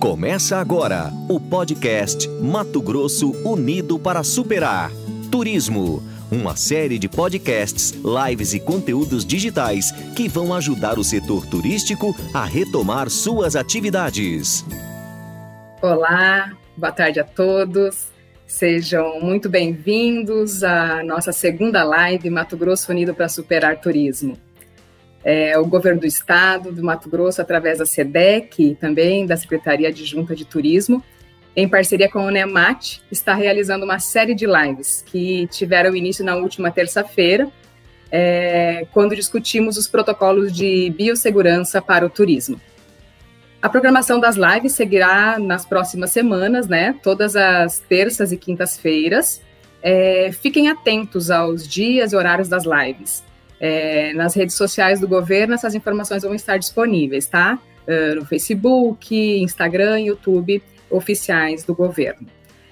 Começa agora o podcast Mato Grosso Unido para Superar. Turismo, uma série de podcasts, lives e conteúdos digitais que vão ajudar o setor turístico a retomar suas atividades. Olá, boa tarde a todos. Sejam muito bem-vindos à nossa segunda live Mato Grosso Unido para Superar Turismo. O Governo do Estado do Mato Grosso, através da SEDEC e também da Secretaria Adjunta de Turismo, em parceria com o NEMAT, está realizando uma série de lives que tiveram início na última terça-feira, quando discutimos os protocolos de biossegurança para o turismo. A programação das lives seguirá nas próximas semanas, todas as terças e quintas-feiras. Fiquem atentos aos dias e horários das lives. Nas redes sociais do governo, essas informações vão estar disponíveis, tá? No Facebook, Instagram e YouTube oficiais do governo.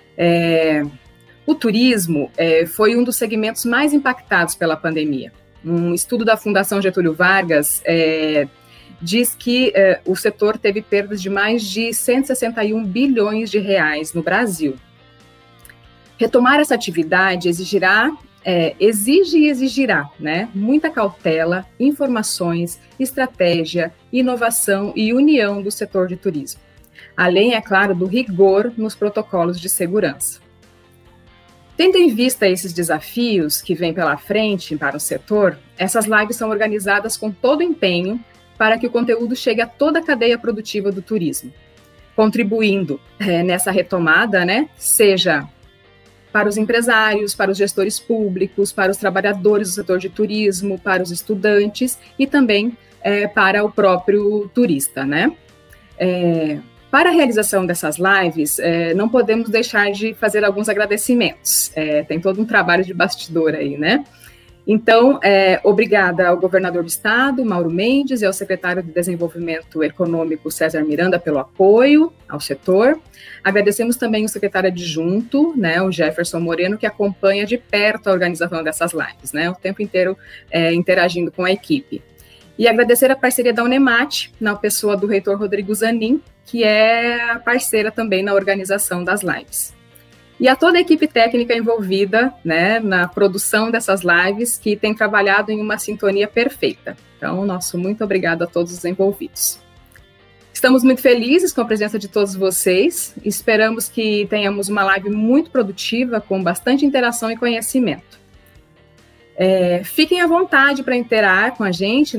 O turismo foi um dos segmentos mais impactados pela pandemia. Um estudo da Fundação Getúlio Vargas diz que o setor teve perdas de mais de 161 bilhões de reais no Brasil. Retomar essa atividade exige e exigirá, muita cautela, informações, estratégia, inovação e união do setor de turismo. Além, é claro, do rigor nos protocolos de segurança. Tendo em vista esses desafios que vêm pela frente para o setor, essas lives são organizadas com todo empenho para que o conteúdo chegue a toda a cadeia produtiva do turismo, contribuindo nessa retomada, seja para os empresários, para os gestores públicos, para os trabalhadores do setor de turismo, para os estudantes e também para o próprio turista, Para a realização dessas lives, não podemos deixar de fazer alguns agradecimentos. Tem todo um trabalho de bastidor aí, Então, obrigada ao governador do estado, Mauro Mendes, e ao secretário de Desenvolvimento Econômico, César Miranda, pelo apoio ao setor. Agradecemos também o secretário adjunto, o Jefferson Moreno, que acompanha de perto a organização dessas lives, o tempo inteiro interagindo com a equipe. E agradecer a parceria da UNEMAT, na pessoa do reitor Rodrigo Zanin, que é a parceira também na organização das lives. E a toda a equipe técnica envolvida na produção dessas lives, que tem trabalhado em uma sintonia perfeita. Então, nosso muito obrigado a todos os envolvidos. Estamos muito felizes com a presença de todos vocês. Esperamos que tenhamos uma live muito produtiva, com bastante interação e conhecimento. Fiquem à vontade para interagir com a gente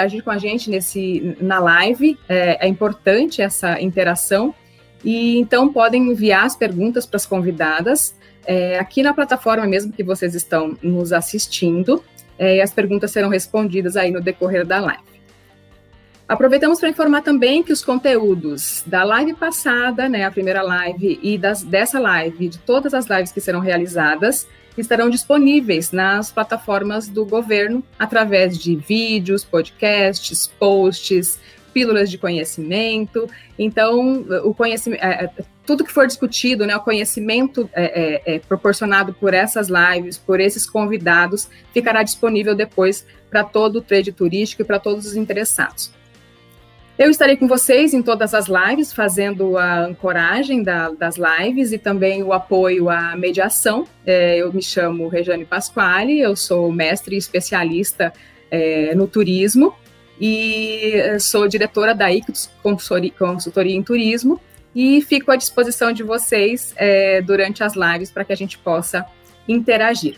na live. É importante essa interação. E então podem enviar as perguntas para as convidadas aqui na plataforma mesmo que vocês estão nos assistindo, e as perguntas serão respondidas aí no decorrer da live. Aproveitamos para informar também que os conteúdos da live passada, a primeira live, e dessa live, de todas as lives que serão realizadas, estarão disponíveis nas plataformas do governo, através de vídeos, podcasts, posts, pílulas de conhecimento. Então, o conhecimento, tudo que for discutido, o conhecimento proporcionado por essas lives, por esses convidados, ficará disponível depois para todo o trade turístico e para todos os interessados. Eu estarei com vocês em todas as lives, fazendo a ancoragem das lives e também o apoio à mediação. Eu me chamo Rejane Pasquale, eu sou mestre e especialista no turismo, e sou diretora da Ictus Consultoria em Turismo, e fico à disposição de vocês durante as lives para que a gente possa interagir.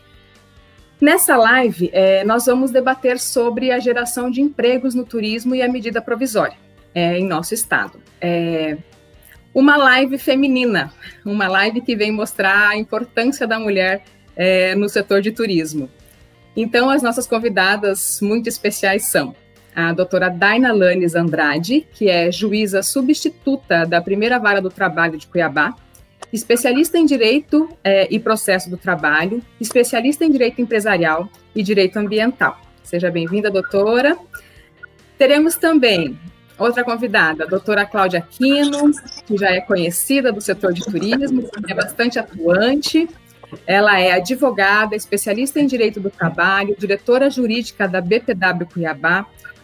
Nessa live, nós vamos debater sobre a geração de empregos no turismo e a medida provisória em nosso estado. Uma live feminina, uma live que vem mostrar a importância da mulher no setor de turismo. Então, as nossas convidadas muito especiais são a doutora Daina Lanes Andrade, que é juíza substituta da Primeira Vara do Trabalho de Cuiabá, especialista em Direito e Processo do Trabalho, especialista em Direito Empresarial e Direito Ambiental. Seja bem-vinda, doutora. Teremos também outra convidada, a doutora Cláudia Aquino, que já é conhecida do setor de turismo, é bastante atuante. Ela é advogada, especialista em Direito do Trabalho, diretora jurídica da BPW Cuiabá,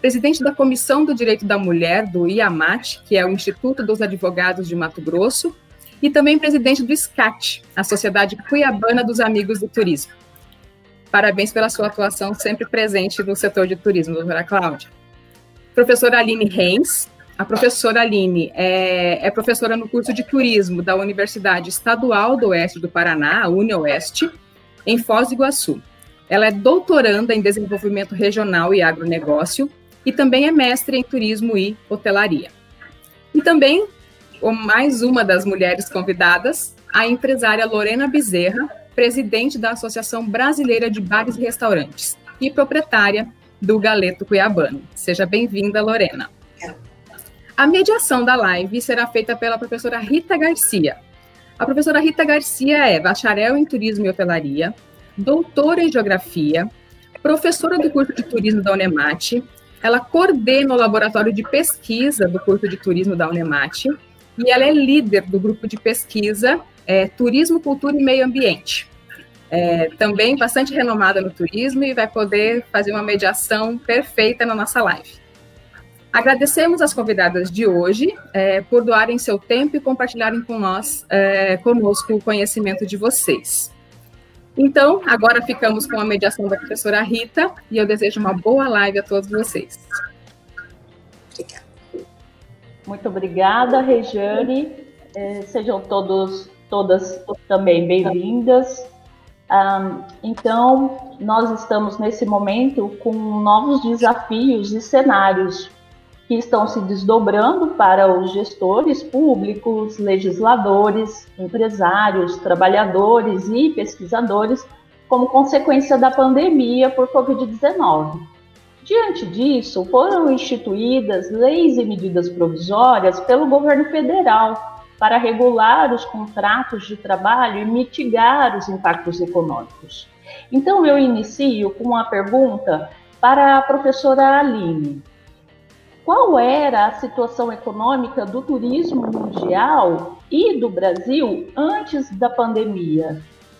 presidente da Comissão do Direito da Mulher, do IAMAT, que é o Instituto dos Advogados de Mato Grosso, e também presidente do SCAT, a Sociedade Cuiabana dos Amigos do Turismo. Parabéns pela sua atuação sempre presente no setor de turismo, doutora Cláudia. Professora Aline Reis. A professora Aline é professora no curso de turismo da Universidade Estadual do Oeste do Paraná, a UniOeste, em Foz do Iguaçu. Ela é doutoranda em desenvolvimento regional e agronegócio e também é mestre em turismo e hotelaria. E também, mais uma das mulheres convidadas, a empresária Lorena Bezerra, presidente da Associação Brasileira de Bares e Restaurantes e proprietária do Galeto Cuiabano. Seja bem-vinda, Lorena. A mediação da live será feita pela professora Rita Garcia. A professora Rita Garcia é bacharel em turismo e hotelaria, doutora em geografia, professora do curso de turismo da Unemat. Ela coordena o laboratório de pesquisa do curso de turismo da Unemat e ela é líder do grupo de pesquisa Turismo, Cultura e Meio Ambiente. Também bastante renomada no turismo e vai poder fazer uma mediação perfeita na nossa live. Agradecemos as convidadas de hoje por doarem seu tempo e compartilharem conosco o conhecimento de vocês. Então, agora ficamos com a mediação da professora Rita e eu desejo uma boa live a todos vocês. Obrigada. Muito obrigada, Regiane. Sejam todas também bem-vindas. Então, nós estamos nesse momento com novos desafios e cenários que estão se desdobrando para os gestores públicos, legisladores, empresários, trabalhadores e pesquisadores, como consequência da pandemia por Covid-19. Diante disso, foram instituídas leis e medidas provisórias pelo governo federal para regular os contratos de trabalho e mitigar os impactos econômicos. Então, eu inicio com uma pergunta para a professora Aline. Qual era a situação econômica do turismo mundial e do Brasil antes da pandemia?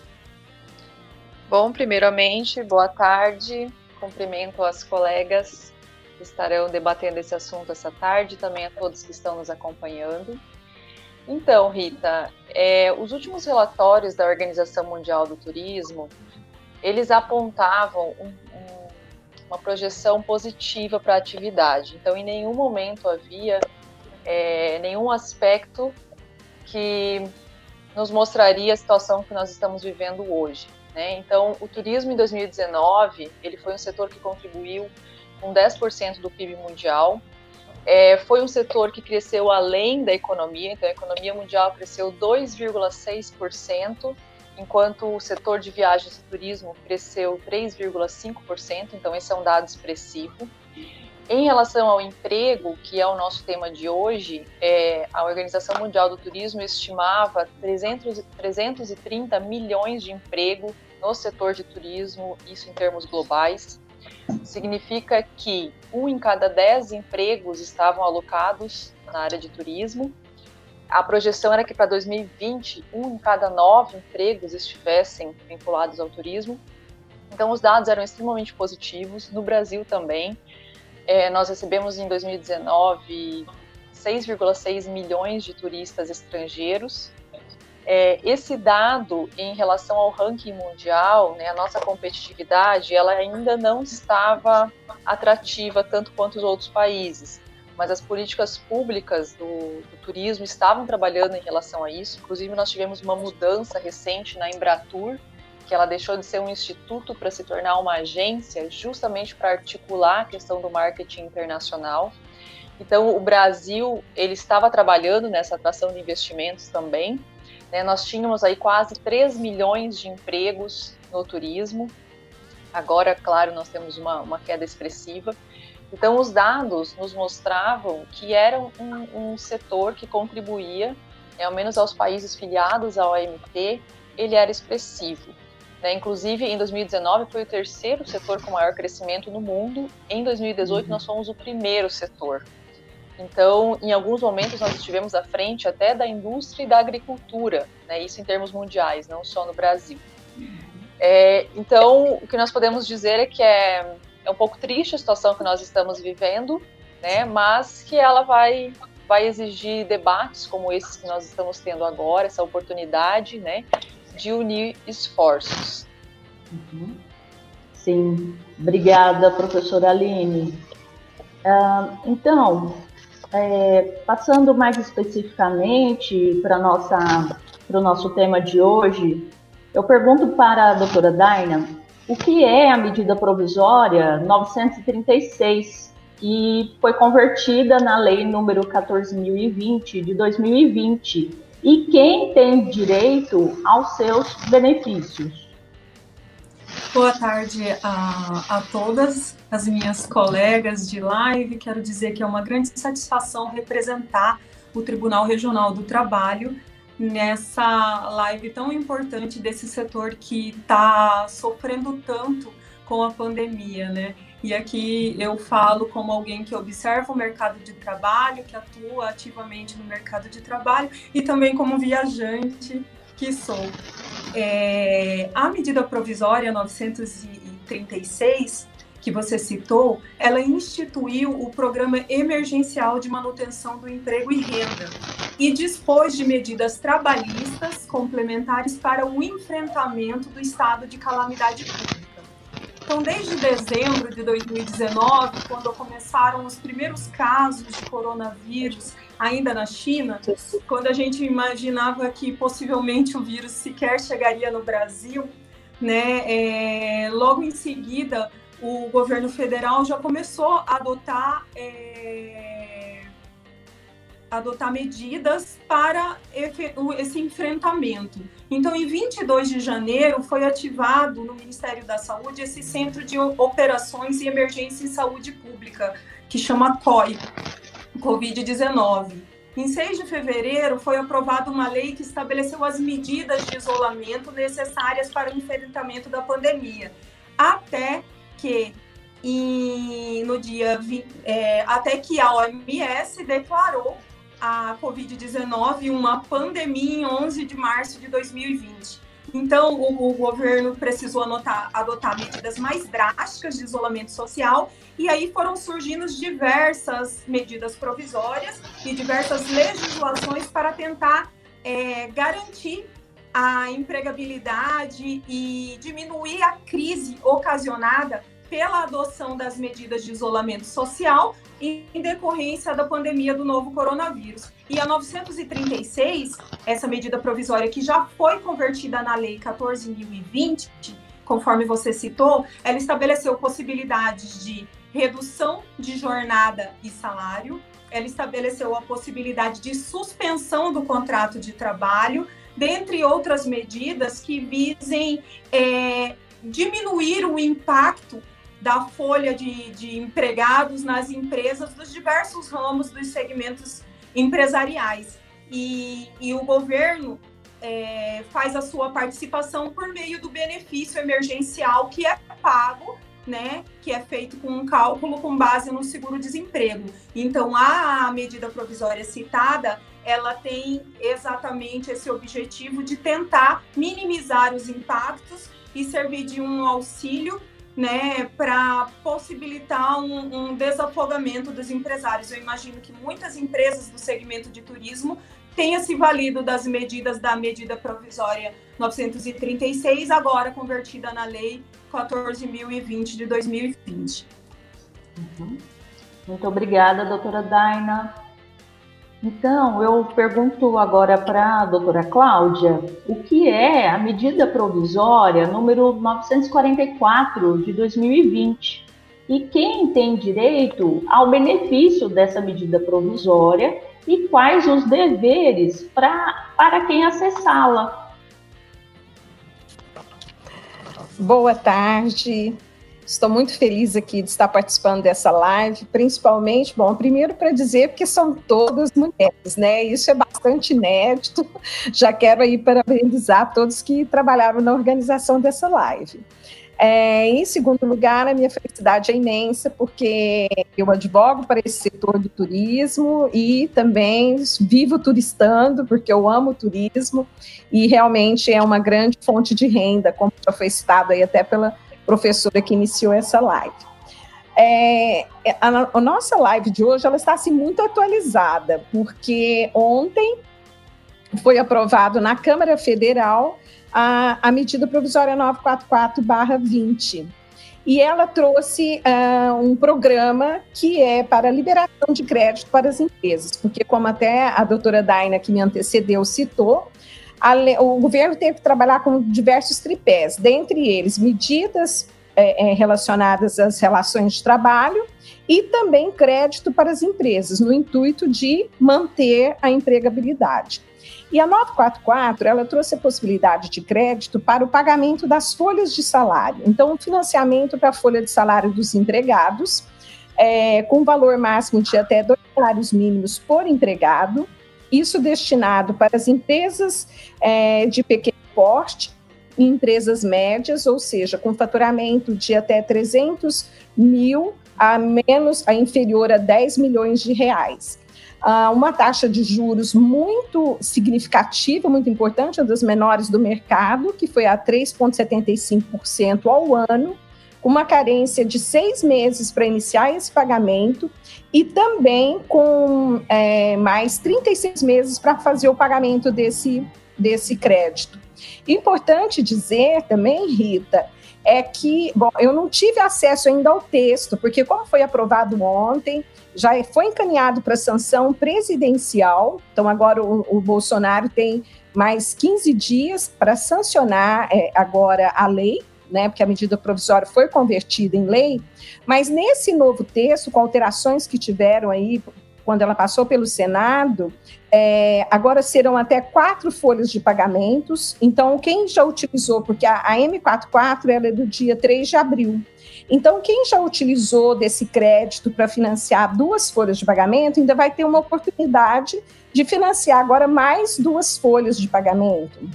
Bom, primeiramente, boa tarde. Cumprimento as colegas que estarão debatendo esse assunto essa tarde, também a todos que estão nos acompanhando. Então, Rita, os últimos relatórios da Organização Mundial do Turismo, eles apontavam uma projeção positiva para a atividade. Então, em nenhum momento havia nenhum aspecto que nos mostraria a situação que nós estamos vivendo hoje, né? Então, o turismo em 2019, ele foi um setor que contribuiu com 10% do PIB mundial. Foi um setor que cresceu além da economia, então a economia mundial cresceu 2,6%, enquanto o setor de viagens e turismo cresceu 3,5%, então esse é um dado expressivo. Em relação ao emprego, que é o nosso tema de hoje, a Organização Mundial do Turismo estimava 330 milhões de emprego no setor de turismo, isso em termos globais. Significa que 1 em cada 10 empregos estavam alocados na área de turismo. A projeção era que para 2020, 1 em cada 9 empregos estivessem vinculados ao turismo. Então, os dados eram extremamente positivos. No Brasil também, nós recebemos em 2019 6,6 milhões de turistas estrangeiros. Esse dado, em relação ao ranking mundial, né, a nossa competitividade, ela ainda não estava atrativa tanto quanto os outros países. Mas as políticas públicas do turismo estavam trabalhando em relação a isso. Inclusive, nós tivemos uma mudança recente na Embratur, que ela deixou de ser um instituto para se tornar uma agência, justamente para articular a questão do marketing internacional. Então, o Brasil, ele estava trabalhando nessa atração de investimentos também, né? Nós tínhamos aí quase 3 milhões de empregos no turismo. Agora, claro, nós temos uma queda expressiva. Então, os dados nos mostravam que era um setor que contribuía, ao menos aos países filiados à OMT, ele era expressivo. Né? Inclusive, em 2019, foi o terceiro setor com maior crescimento no mundo. Em 2018, nós fomos o primeiro setor. Então, em alguns momentos, nós estivemos à frente até da indústria e da agricultura, né? Isso em termos mundiais, não só no Brasil. Então, o que nós podemos dizer é que um pouco triste a situação que nós estamos vivendo, né? Mas que ela vai exigir debates como esses que nós estamos tendo agora, essa oportunidade, né, de unir esforços. Sim, obrigada, professora Aline. Então, passando mais especificamente para o nosso tema de hoje, eu pergunto para a doutora Daina o que é a medida provisória 936, que foi convertida na lei número 14.020 de 2020, e quem tem direito aos seus benefícios. Boa tarde a todas as minhas colegas de live. Quero dizer que é uma grande satisfação representar o Tribunal Regional do Trabalho nessa live tão importante desse setor que está sofrendo tanto com a pandemia, né? E aqui eu falo como alguém que observa o mercado de trabalho, que atua ativamente no mercado de trabalho e também como viajante que sou. A medida provisória 936, que você citou, ela instituiu o Programa Emergencial de Manutenção do Emprego e Renda e dispôs de medidas trabalhistas complementares para o enfrentamento do estado de calamidade pública. Então, desde dezembro de 2019, quando começaram os primeiros casos de coronavírus, ainda na China, quando a gente imaginava que possivelmente o vírus sequer chegaria no Brasil, né, logo em seguida o governo federal já começou a adotar medidas para esse enfrentamento. Então, em 22 de janeiro, foi ativado no Ministério da Saúde esse Centro de Operações e Emergência em Saúde Pública, que chama COI, Covid-19. Em 6 de fevereiro, foi aprovada uma lei que estabeleceu as medidas de isolamento necessárias para o enfrentamento da pandemia, até que a OMS declarou a Covid-19 uma pandemia em 11 de março de 2020. Então, o governo precisou adotar medidas mais drásticas de isolamento social, e aí foram surgindo diversas medidas provisórias e diversas legislações para tentar garantir a empregabilidade e diminuir a crise ocasionada pela adoção das medidas de isolamento social em decorrência da pandemia do novo coronavírus. E a 936, essa medida provisória que já foi convertida na Lei 14.020, conforme você citou, ela estabeleceu possibilidades de redução de jornada e salário, ela estabeleceu a possibilidade de suspensão do contrato de trabalho, dentre outras medidas que visem diminuir o impacto da folha de empregados nas empresas dos diversos ramos dos segmentos empresariais. E o governo faz a sua participação por meio do benefício emergencial que é pago, né, que é feito com um cálculo com base no seguro-desemprego. Então, a medida provisória citada, ela tem exatamente esse objetivo de tentar minimizar os impactos e servir de um auxílio, né, para possibilitar um desafogamento dos empresários. Eu imagino que muitas empresas do segmento de turismo tenham se valido das medidas da medida provisória 936, agora convertida na Lei 14.020 de 2020. Muito obrigada, doutora Daina. Então, eu pergunto agora para a doutora Cláudia, o que é a medida provisória número 944 de 2020 e quem tem direito ao benefício dessa medida provisória e quais os deveres para quem acessá-la? Boa tarde. Estou muito feliz aqui de estar participando dessa live, principalmente, primeiro para dizer porque são todas mulheres, né? Isso é bastante inédito. Já quero aí parabenizar todos que trabalharam na organização dessa live. Em segundo lugar, a minha felicidade é imensa, porque eu advogo para esse setor do turismo e também vivo turistando, porque eu amo o turismo e realmente é uma grande fonte de renda, como já foi citado aí até pela professora que iniciou essa live. A nossa live de hoje ela está assim, muito atualizada, porque ontem foi aprovado na Câmara Federal a medida provisória 944/20. E ela trouxe um programa que é para liberação de crédito para as empresas, porque como até a doutora Daina, que me antecedeu, citou, o governo teve que trabalhar com diversos tripés, dentre eles medidas relacionadas às relações de trabalho e também crédito para as empresas, no intuito de manter a empregabilidade. E a 944, ela trouxe a possibilidade de crédito para o pagamento das folhas de salário. Então, o financiamento para a folha de salário dos empregados, com valor máximo de até 2 salários mínimos por empregado, isso destinado para as empresas de pequeno porte, empresas médias, ou seja, com faturamento de até 300 mil a inferior a 10 milhões de reais. Uma taxa de juros muito significativa, muito importante, uma das menores do mercado, que foi a 3,75% ao ano, com uma carência de 6 meses para iniciar esse pagamento e também com mais 36 meses para fazer o pagamento desse crédito. Importante dizer também, Rita, é que, eu não tive acesso ainda ao texto, porque como foi aprovado ontem, já foi encaminhado para sanção presidencial, então agora o Bolsonaro tem mais 15 dias para sancionar agora a lei, né, porque a medida provisória foi convertida em lei, mas nesse novo texto, com alterações que tiveram aí, quando ela passou pelo Senado, agora serão até 4 folhas de pagamentos. Então, quem já utilizou, porque a M44 ela é do dia 3 de abril, então quem já utilizou desse crédito para financiar 2 folhas de pagamento, ainda vai ter uma oportunidade de financiar agora mais 2 folhas de pagamento.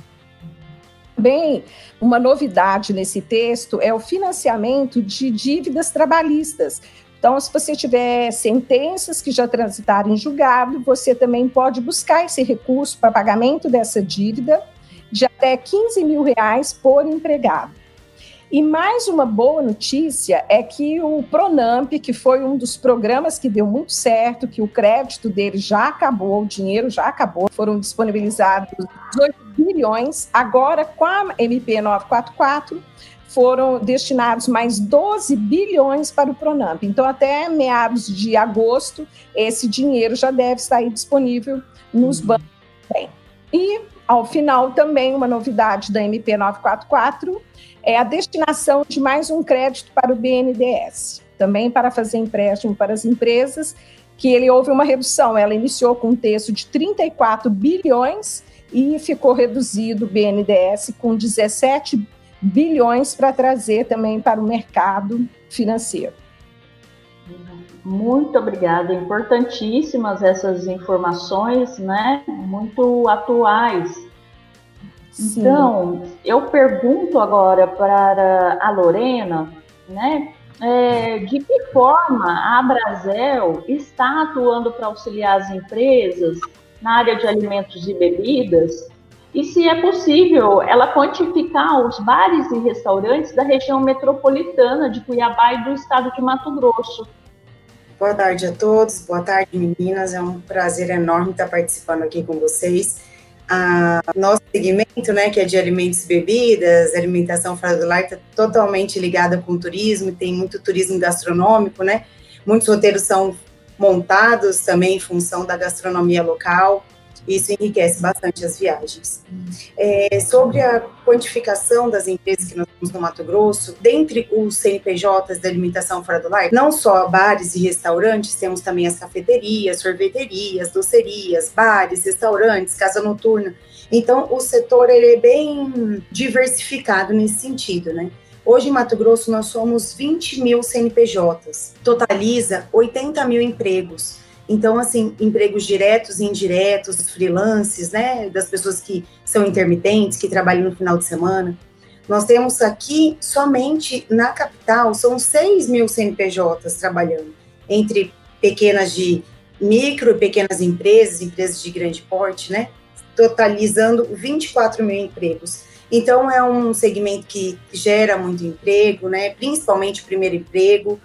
Bem, uma novidade nesse texto é o financiamento de dívidas trabalhistas. Então, se você tiver sentenças que já transitaram em julgado, você também pode buscar esse recurso para pagamento dessa dívida de até 15 mil reais por empregado. E mais uma boa notícia é que o Pronamp, que foi um dos programas que deu muito certo, que o crédito dele já acabou, o dinheiro já acabou, foram disponibilizados 18 bilhões, agora com a MP 944, foram destinados mais 12 bilhões para o Pronamp. Então, até meados de agosto, esse dinheiro já deve estar aí disponível nos bancos também. E, ao final, também uma novidade da MP 944 é a destinação de mais um crédito para o BNDES, também para fazer empréstimo para as empresas, que houve uma redução. Ela iniciou com um texto de 34 bilhões e ficou reduzido o BNDES com 17 bilhões para trazer também para o mercado financeiro. Muito obrigada, importantíssimas essas informações, né? Muito atuais. Sim. Então, eu pergunto agora para a Lorena, né? De que forma a Abrazel está atuando para auxiliar as empresas na área de alimentos e bebidas? E se é possível ela quantificar os bares e restaurantes da região metropolitana de Cuiabá e do estado de Mato Grosso. Boa tarde a todos, boa tarde meninas, é um prazer enorme estar participando aqui com vocês. Nosso segmento, né, que é de alimentos e bebidas, alimentação fora do lar, está totalmente ligado com o turismo, tem muito turismo gastronômico, né, muitos roteiros são montados também em função da gastronomia local. Isso enriquece bastante as viagens. Sobre a quantificação das empresas que nós temos no Mato Grosso, dentre os CNPJs da alimentação fora do lar, não só bares e restaurantes, temos também as cafeterias, sorveterias, docerias, bares, restaurantes, casa noturna. Então, o setor ele é bem diversificado nesse sentido, né? Hoje, em Mato Grosso, nós somos 20 mil CNPJs, totaliza 80 mil empregos. Então, assim, empregos diretos e indiretos, freelances, né, das pessoas que são intermitentes, que trabalham no final de semana. Nós temos aqui, somente na capital, são 6 mil CNPJs trabalhando, entre pequenas de micro e pequenas empresas, empresas de grande porte, né, totalizando 24 mil empregos. Então, é um segmento que gera muito emprego, né, principalmente o primeiro emprego,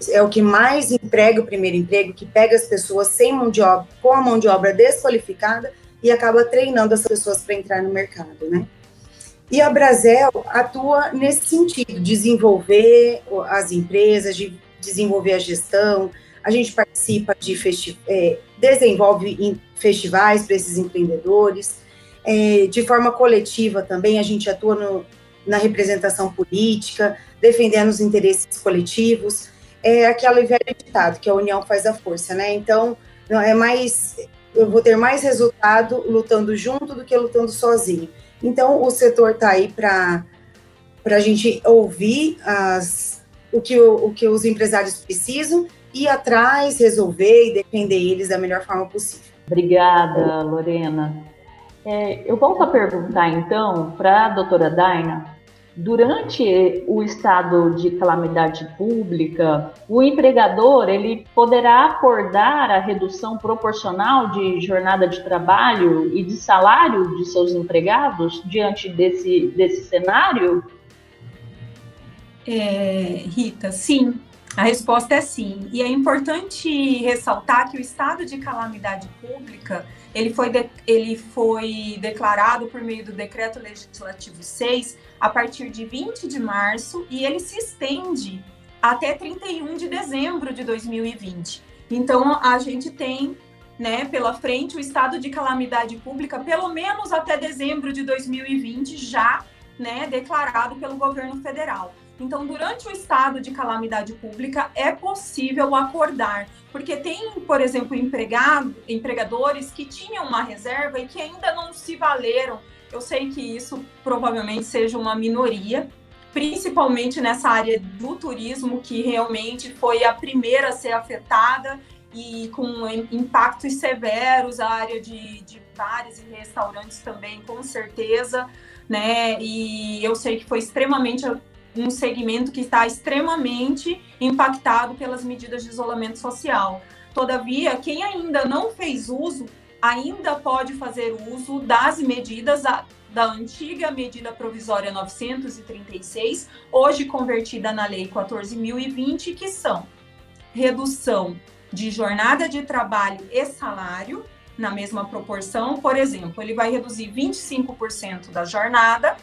é o que mais emprega o primeiro emprego, que pega as pessoas sem mão de obra, com a mão de obra desqualificada e acaba treinando essas pessoas para entrar no mercado, né? E a Brasel atua nesse sentido, desenvolver as empresas, de desenvolver a gestão. A gente participa de desenvolve em festivais para esses empreendedores. De forma coletiva também, a gente atua na representação política, defendendo os interesses coletivos. É aquele velho ditado, que a união faz a força, né? Então, eu vou ter mais resultado lutando junto do que lutando sozinho. Então, o setor está aí para a gente ouvir o que os empresários precisam, ir atrás, resolver e defender eles da melhor forma possível. Obrigada, Lorena. Eu volto a perguntar, então, para a doutora Daina. Durante o estado de calamidade pública, o empregador ele poderá acordar a redução proporcional de jornada de trabalho e de salário de seus empregados diante desse cenário? Rita, sim. A resposta é sim. E é importante ressaltar que o estado de calamidade pública ele foi declarado por meio do Decreto Legislativo 6 a partir de 20 de março e ele se estende até 31 de dezembro de 2020. Então, a gente tem, né, pela frente o estado de calamidade pública pelo menos até dezembro de 2020 já, né, declarado pelo governo federal. Então, durante o estado de calamidade pública, é possível acordar, porque tem, por exemplo, empregadores que tinham uma reserva e que ainda não se valeram. Eu sei que isso provavelmente seja uma minoria, principalmente nessa área do turismo, que realmente foi a primeira a ser afetada e com impactos severos, a área de bares e restaurantes também, com certeza, né? E eu sei que foi um segmento que está extremamente impactado pelas medidas de isolamento social. Todavia, quem ainda não fez uso, ainda pode fazer uso das medidas da antiga medida provisória 936, hoje convertida na Lei 14.020, que são redução de jornada de trabalho e salário, na mesma proporção. Por exemplo, ele vai reduzir 25% da jornada,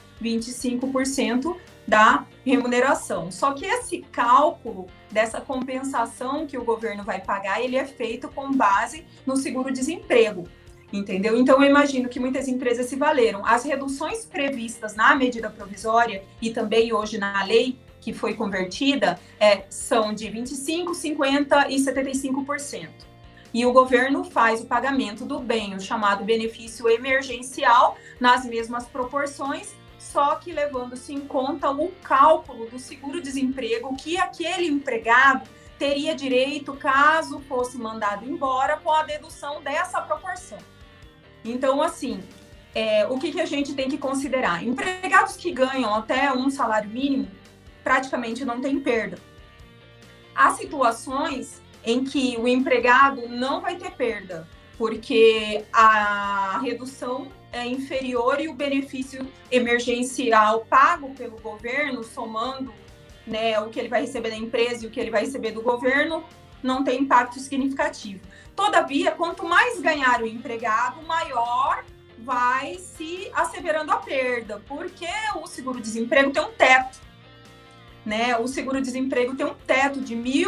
25% da remuneração. Só que esse cálculo dessa compensação que o governo vai pagar, ele é feito com base no seguro-desemprego, entendeu? Então, eu imagino que muitas empresas se valeram. As reduções previstas na medida provisória e também hoje na lei que foi convertida são de 25%, 50% e 75%. E o governo faz o pagamento do bem, o chamado benefício emergencial, nas mesmas proporções, só que levando-se em conta o cálculo do seguro-desemprego que aquele empregado teria direito caso fosse mandado embora com a dedução dessa proporção. Então, assim, o que a gente tem que considerar? Empregados que ganham até um salário mínimo praticamente não tem perda. Há situações em que o empregado não vai ter perda, porque a redução é inferior e o benefício emergencial pago pelo governo, somando, né, o que ele vai receber da empresa e o que ele vai receber do governo, não tem impacto significativo. Todavia, quanto mais ganhar o empregado, maior vai se asseverando a perda, porque o seguro-desemprego tem um teto, né? O seguro-desemprego tem um teto de R$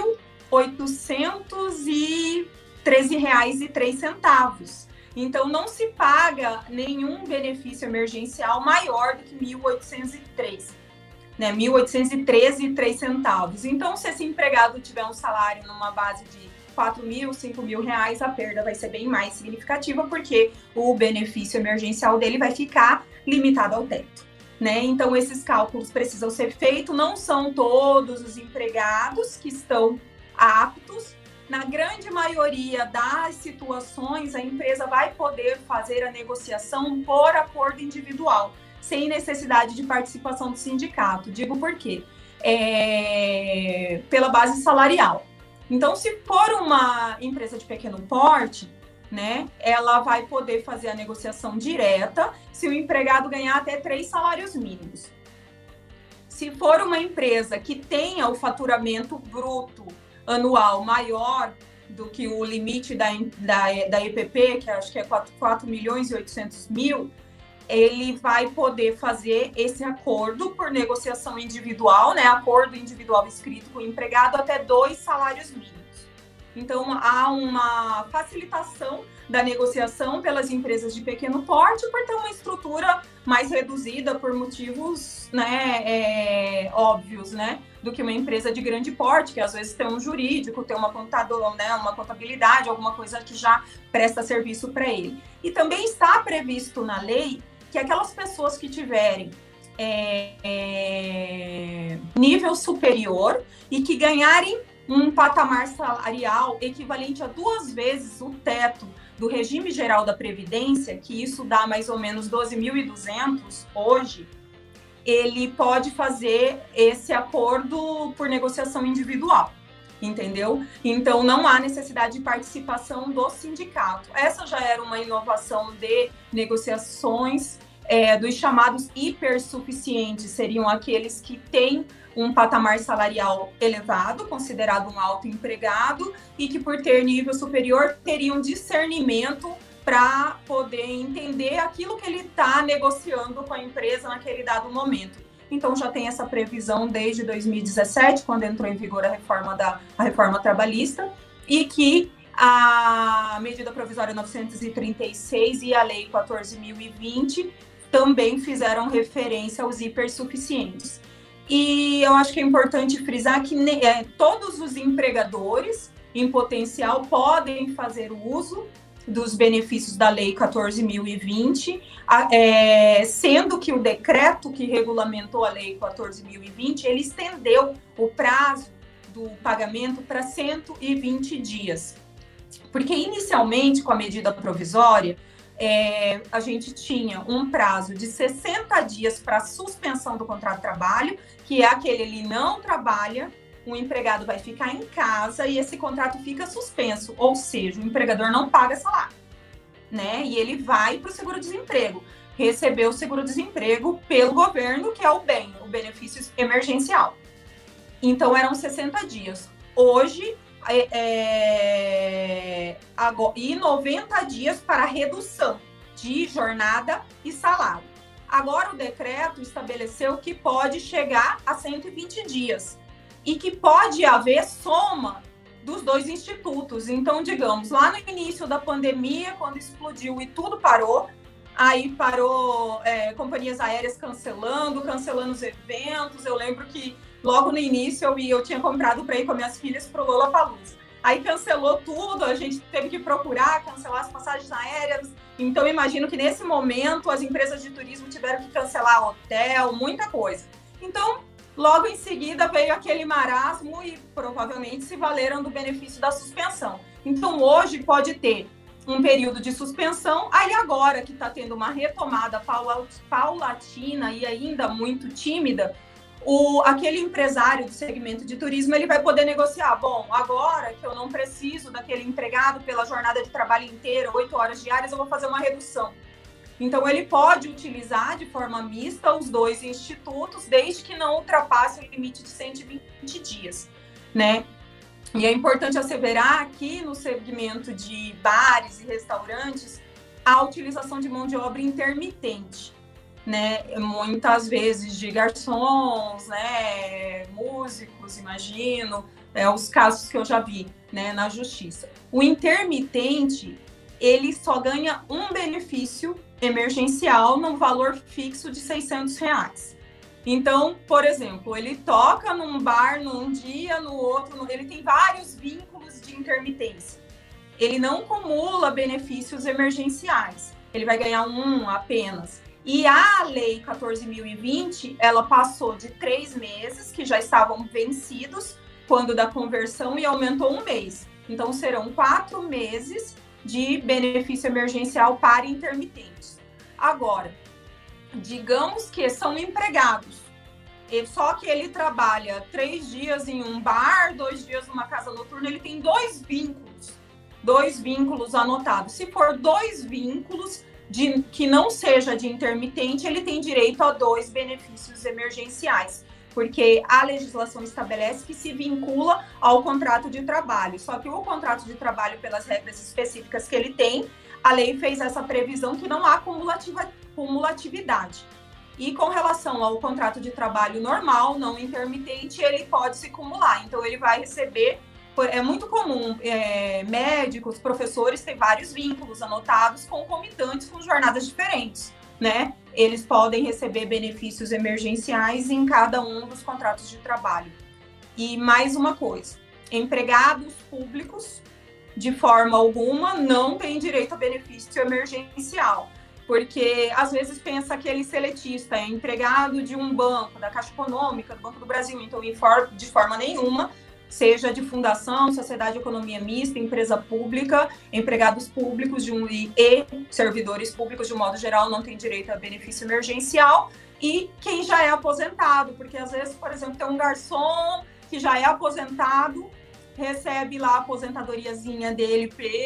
1.813,03. Então, não se paga nenhum benefício emergencial maior do que 1.803, né? 1.813,03. Então, se esse empregado tiver um salário numa base de R$ 4.000, R$ 5.000, a perda vai ser bem mais significativa, porque o benefício emergencial dele vai ficar limitado ao teto, né? Então, esses cálculos precisam ser feitos, não são todos os empregados que estão aptos. Na grande maioria das situações, a empresa vai poder fazer a negociação por acordo individual, sem necessidade de participação do sindicato. Digo por quê? Pela base salarial. Então, se for uma empresa de pequeno porte, né, ela vai poder fazer a negociação direta se o empregado ganhar até 3 salários mínimos. Se for uma empresa que tenha o faturamento bruto anual maior do que o limite da EPP, que acho que é 4.800.000, ele vai poder fazer esse acordo por negociação individual, né? Acordo individual escrito com o empregado até 2 salários mínimos. Então, há uma facilitação da negociação pelas empresas de pequeno porte por ter uma estrutura mais reduzida por motivos, né, óbvios, né, do que uma empresa de grande porte, que às vezes tem um jurídico, tem uma contador, né, uma contabilidade, alguma coisa que já presta serviço para ele. E também está previsto na lei que aquelas pessoas que tiverem nível superior e que ganharem um patamar salarial equivalente a 2 vezes o teto do regime geral da Previdência, que isso dá mais ou menos 12.200 hoje, ele pode fazer esse acordo por negociação individual, entendeu? Então, não há necessidade de participação do sindicato. Essa já era uma inovação de negociações dos chamados hipersuficientes, seriam aqueles que têm um patamar salarial elevado, considerado um autoempregado, e que por ter nível superior teriam discernimento para poder entender aquilo que ele está negociando com a empresa naquele dado momento. Então já tem essa previsão desde 2017, quando entrou em vigor a reforma trabalhista, e que a medida provisória 936 e a lei 14.020 também fizeram referência aos hipersuficientes. E eu acho que é importante frisar que todos os empregadores em potencial podem fazer uso dos benefícios da Lei 14.020, sendo que o decreto que regulamentou a Lei 14.020, ele estendeu o prazo do pagamento para 120 dias. Porque inicialmente, com a medida provisória, a gente tinha um prazo de 60 dias para suspensão do contrato de trabalho, que é aquele ele não trabalha, o empregado vai ficar em casa e esse contrato fica suspenso, ou seja, o empregador não paga salário, né? E ele vai para o seguro-desemprego, receber o seguro-desemprego pelo governo, que é o benefício emergencial. Então, eram 60 dias. Hoje, e 90 dias para redução de jornada e salário. Agora o decreto estabeleceu que pode chegar a 120 dias e que pode haver soma dos 2 institutos. Então, digamos, lá no início da pandemia, quando explodiu e tudo parou, aí parou companhias aéreas cancelando os eventos. Eu lembro que logo no início eu tinha comprado para ir com minhas filhas para o Lollapalooza. Aí cancelou tudo, a gente teve que procurar cancelar as passagens aéreas. Então, imagino que nesse momento as empresas de turismo tiveram que cancelar hotel, muita coisa. Então, logo em seguida veio aquele marasmo e provavelmente se valeram do benefício da suspensão. Então, hoje pode ter um período de suspensão, aí agora que está tendo uma retomada paulatina e ainda muito tímida, aquele empresário do segmento de turismo, ele vai poder negociar. Bom, agora que eu não preciso daquele empregado pela jornada de trabalho inteira, 8 horas diárias, eu vou fazer uma redução. Então, ele pode utilizar de forma mista os 2 institutos, desde que não ultrapasse o limite de 120 dias, né? E é importante asseverar que no segmento de bares e restaurantes, a utilização de mão de obra intermitente, né, muitas vezes de garçons, né, músicos, imagino, os casos que eu já vi, né, na justiça. O intermitente, ele só ganha um benefício emergencial no valor fixo de R$600. Então, por exemplo, ele toca num bar num dia, no outro, ele tem vários vínculos de intermitência. Ele não acumula benefícios emergenciais, ele vai ganhar um apenas. E a Lei 14.020, ela passou de 3 meses, que já estavam vencidos, quando da conversão, e aumentou 1 mês. Então, serão 4 meses de benefício emergencial para intermitentes. Agora, digamos que são empregados, só que ele trabalha 3 dias em um bar, 2 dias numa casa noturna, ele tem 2 vínculos anotados. Se for 2 vínculos, que não seja de intermitente, ele tem direito a 2 benefícios emergenciais. porque a legislação estabelece que se vincula ao contrato de trabalho. Só que o contrato de trabalho, pelas regras específicas que ele tem, a lei fez essa previsão que não há cumulatividade. E com relação ao contrato de trabalho normal, não intermitente, ele pode se cumular. Então, ele vai receber... É muito comum, médicos, professores têm vários vínculos anotados concomitantes com jornadas diferentes, né? Eles podem receber benefícios emergenciais em cada um dos contratos de trabalho. E mais uma coisa, empregados públicos, de forma alguma, não têm direito a benefício emergencial, porque às vezes pensa que ele seletista é empregado de um banco, da Caixa Econômica, do Banco do Brasil, então de forma nenhuma, seja de fundação, sociedade de economia mista, empresa pública, empregados públicos e servidores públicos, de um modo geral, não tem direito a benefício emergencial, e quem já é aposentado, porque às vezes, por exemplo, tem um garçom que já é aposentado, recebe lá a aposentadoriazinha dele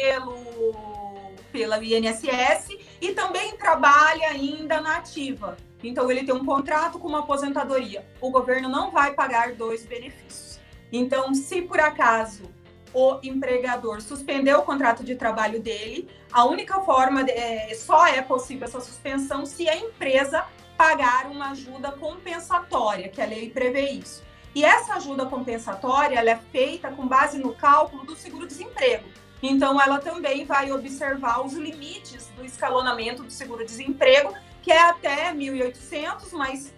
pela INSS e também trabalha ainda na ativa. Então, ele tem um contrato com uma aposentadoria. O governo não vai pagar 2 benefícios. Então, se por acaso o empregador suspendeu o contrato de trabalho dele, a única forma, só é possível essa suspensão se a empresa pagar uma ajuda compensatória, que a lei prevê isso. E essa ajuda compensatória, ela é feita com base no cálculo do seguro-desemprego. Então, ela também vai observar os limites do escalonamento do seguro-desemprego, que é até 1.800, mas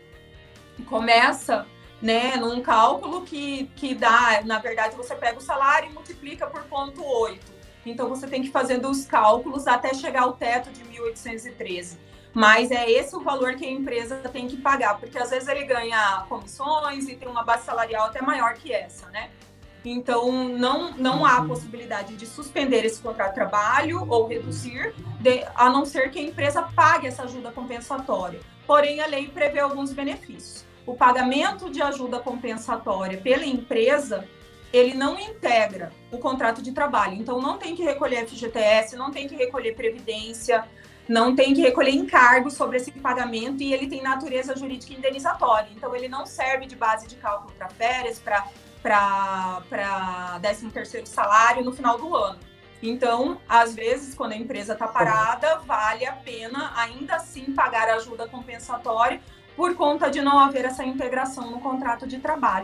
começa... né, num cálculo que dá, na verdade, você pega o salário e multiplica por 0,8. Então, você tem que ir fazendo os cálculos até chegar ao teto de 1.813. Mas é esse o valor que a empresa tem que pagar, porque às vezes ele ganha comissões e tem uma base salarial até maior que essa, né? Então, não há possibilidade de suspender esse contrato de trabalho ou reduzir, a não ser que a empresa pague essa ajuda compensatória. Porém, a lei prevê alguns benefícios. O pagamento de ajuda compensatória pela empresa, ele não integra o contrato de trabalho. Então, não tem que recolher FGTS, não tem que recolher Previdência, não tem que recolher encargos sobre esse pagamento e ele tem natureza jurídica indenizatória. Então, ele não serve de base de cálculo para férias, para 13º salário no final do ano. Então, às vezes, quando a empresa está parada, vale a pena ainda assim pagar a ajuda compensatória por conta de não haver essa integração no contrato de trabalho.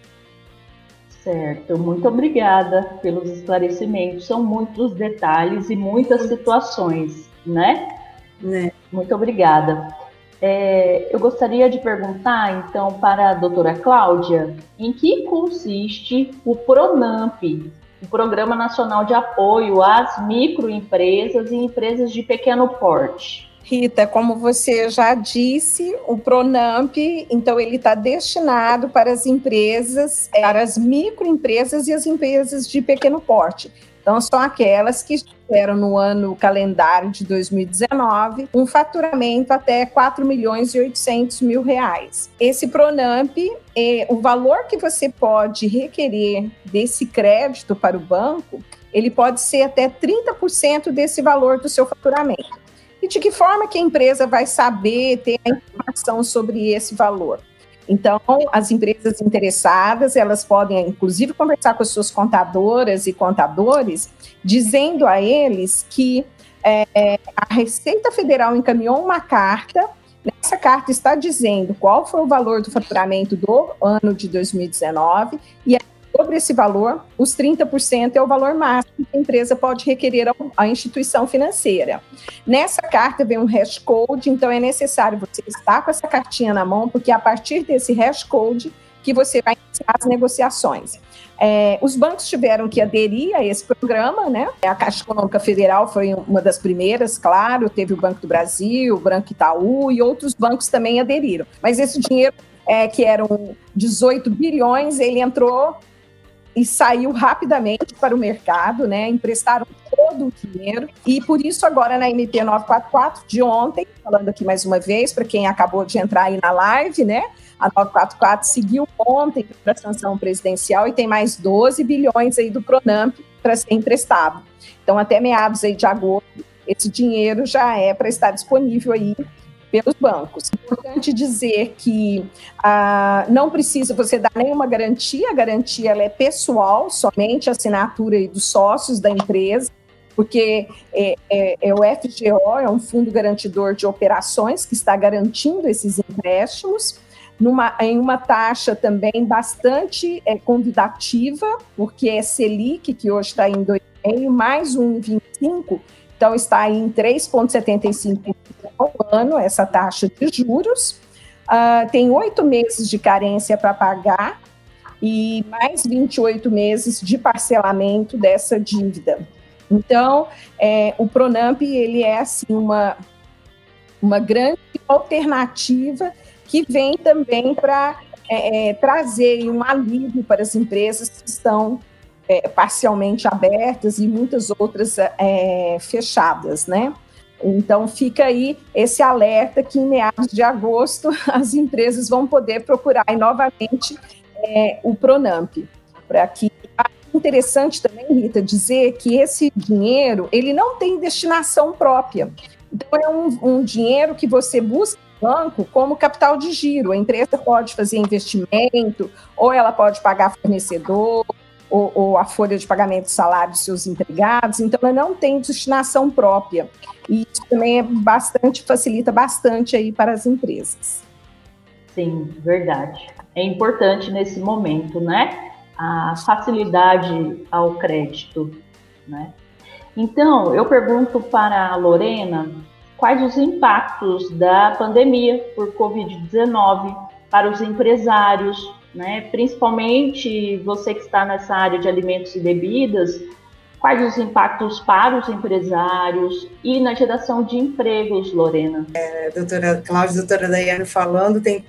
Certo, muito obrigada pelos esclarecimentos. São muitos detalhes e muitas situações, né? Muito obrigada. Eu gostaria de perguntar, então, para a doutora Cláudia, em que consiste o PRONAMP, o Programa Nacional de Apoio às Microempresas e Empresas de Pequeno Porte? Rita, como você já disse, o PRONAMP, então, ele está destinado para as empresas, para as microempresas e as empresas de pequeno porte. Então, são aquelas que tiveram no ano calendário de 2019 um faturamento até R$ 4.800.000. Esse PRONAMP, o valor que você pode requerer desse crédito para o banco, ele pode ser até 30% desse valor do seu faturamento. E de que forma que a empresa vai saber ter a informação sobre esse valor? Então, as empresas interessadas, elas podem, inclusive, conversar com as suas contadoras e contadores, dizendo a eles que a Receita Federal encaminhou uma carta. Nessa carta está dizendo qual foi o valor do faturamento do ano de 2019 e sobre esse valor, os 30% é o valor máximo que a empresa pode requerer à instituição financeira. Nessa carta vem um hash code, então é necessário você estar com essa cartinha na mão, porque é a partir desse hash code que você vai iniciar as negociações. Os bancos tiveram que aderir a esse programa, né? A Caixa Econômica Federal foi uma das primeiras, claro, teve o Banco do Brasil, o Banco Itaú e outros bancos também aderiram. Mas esse dinheiro, que eram 18 bilhões, ele entrou e saiu rapidamente para o mercado, né? Emprestaram todo o dinheiro, e por isso agora na MP 944 de ontem, falando aqui mais uma vez, para quem acabou de entrar aí na live, né? A 944 seguiu ontem para a sanção presidencial e tem mais 12 bilhões aí do PRONAMP para ser emprestado. Então, até meados aí de agosto, esse dinheiro já é para estar disponível aí pelos bancos. Importante dizer que não precisa você dar nenhuma garantia, a garantia ela é pessoal, somente a assinatura dos sócios da empresa, porque é o FGO, é um fundo garantidor de operações que está garantindo esses empréstimos, em uma taxa também bastante convidativa, porque é Selic, que hoje está em 2,5, mais 1,25, então está em 3,75% ao ano, essa taxa de juros. Tem 8 meses de carência para pagar e mais 28 meses de parcelamento dessa dívida. Então, o Pronamp ele é assim, uma grande alternativa que vem também para trazer um alívio para as empresas que estão parcialmente abertas e muitas outras fechadas, né? Então, fica aí esse alerta que em meados de agosto as empresas vão poder procurar novamente o Pronamp. Para que interessante também, Rita, dizer que esse dinheiro ele não tem destinação própria. Então, é um dinheiro que você busca banco como capital de giro. A empresa pode fazer investimento, ou ela pode pagar fornecedor, ou a folha de pagamento de salário dos seus empregados. Então, ela não tem destinação própria. E isso também facilita bastante aí para as empresas. Sim, verdade. É importante nesse momento, né? A facilidade ao crédito, né? Então, eu pergunto para a Lorena quais os impactos da pandemia por Covid-19 para os empresários, né? Principalmente você que está nessa área de alimentos e bebidas, quais os impactos para os empresários e na geração de empregos, Lorena? Doutora Cláudia, doutora Daiane falando, tem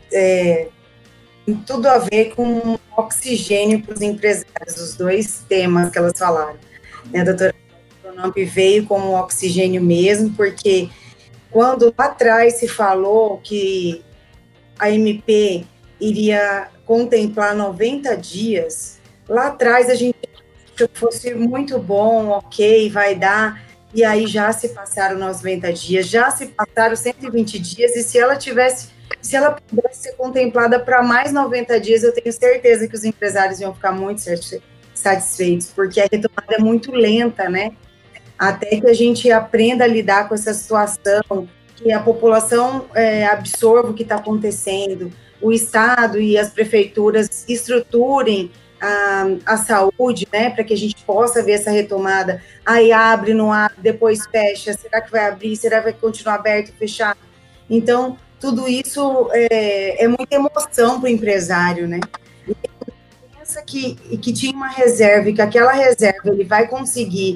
tudo a ver com oxigênio para os empresários, os dois temas que elas falaram. A doutora Pronamp veio como oxigênio mesmo, porque quando lá atrás se falou que a MP iria contemplar 90 dias, lá atrás a gente achou que fosse muito bom, ok, vai dar, e aí já se passaram 90 dias, já se passaram 120 dias, e se ela pudesse ser contemplada para mais 90 dias, eu tenho certeza que os empresários iam ficar muito satisfeitos, porque a retomada é muito lenta, né? Até que a gente aprenda a lidar com essa situação, que a população absorva o que está acontecendo, o Estado e as prefeituras estruturem a saúde, né, para que a gente possa ver essa retomada. Aí abre, não abre, depois fecha, será que vai abrir, será que vai continuar aberto e fechado? Então, tudo isso é muita emoção para o empresário, né? E pensa que tinha uma reserva, e que aquela reserva ele vai conseguir,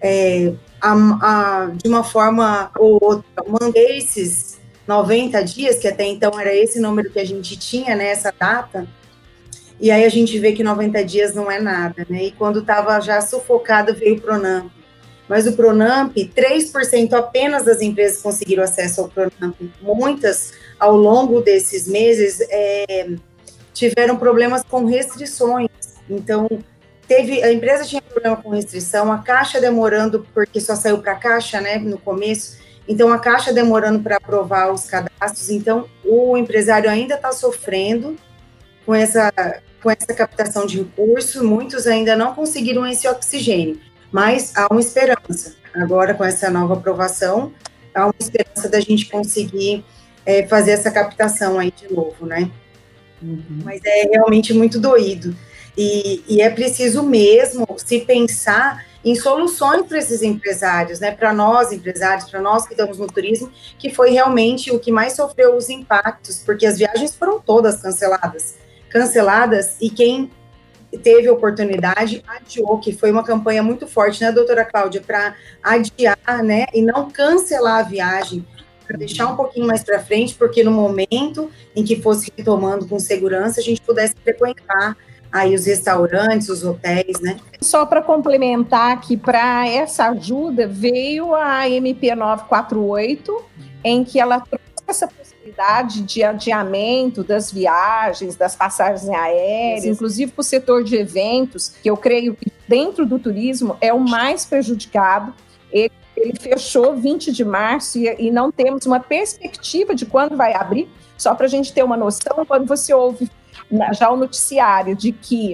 de uma forma ou outra, manter esses 90 dias, que até então era esse número que a gente tinha, né, essa data, e aí a gente vê que 90 dias não é nada, né? E quando estava já sufocado, veio o Pronamp. Mas o Pronamp, 3% apenas das empresas conseguiram acesso ao Pronamp. Muitas, ao longo desses meses, tiveram problemas com restrições. Então, a empresa tinha problema com restrição, a Caixa demorando, porque só saiu para a Caixa, né, no começo, então a Caixa demorando para aprovar os cadastros, então o empresário ainda está sofrendo com essa captação de recursos, muitos ainda não conseguiram esse oxigênio, mas há uma esperança. Agora, com essa nova aprovação, há uma esperança da gente conseguir fazer essa captação aí de novo, né? Uhum. Mas é realmente muito doído. E é preciso mesmo se pensar em soluções para esses empresários, né? Para nós, empresários, para nós que estamos no turismo, que foi realmente o que mais sofreu os impactos, porque as viagens foram todas canceladas, e quem teve oportunidade adiou, que foi uma campanha muito forte, né, doutora Cláudia, para adiar, né, e não cancelar a viagem, para deixar um pouquinho mais para frente, porque no momento em que fosse retomando com segurança, a gente pudesse frequentar aí os restaurantes, os hotéis, né? Só para complementar que para essa ajuda veio a MP 948, em que ela trouxe essa possibilidade de adiamento das viagens, das passagens aéreas, inclusive para o setor de eventos, que eu creio que dentro do turismo é o mais prejudicado. Ele ele fechou 20 de março e não temos uma perspectiva de quando vai abrir. Só para a gente ter uma noção, quando você ouve já o noticiário de que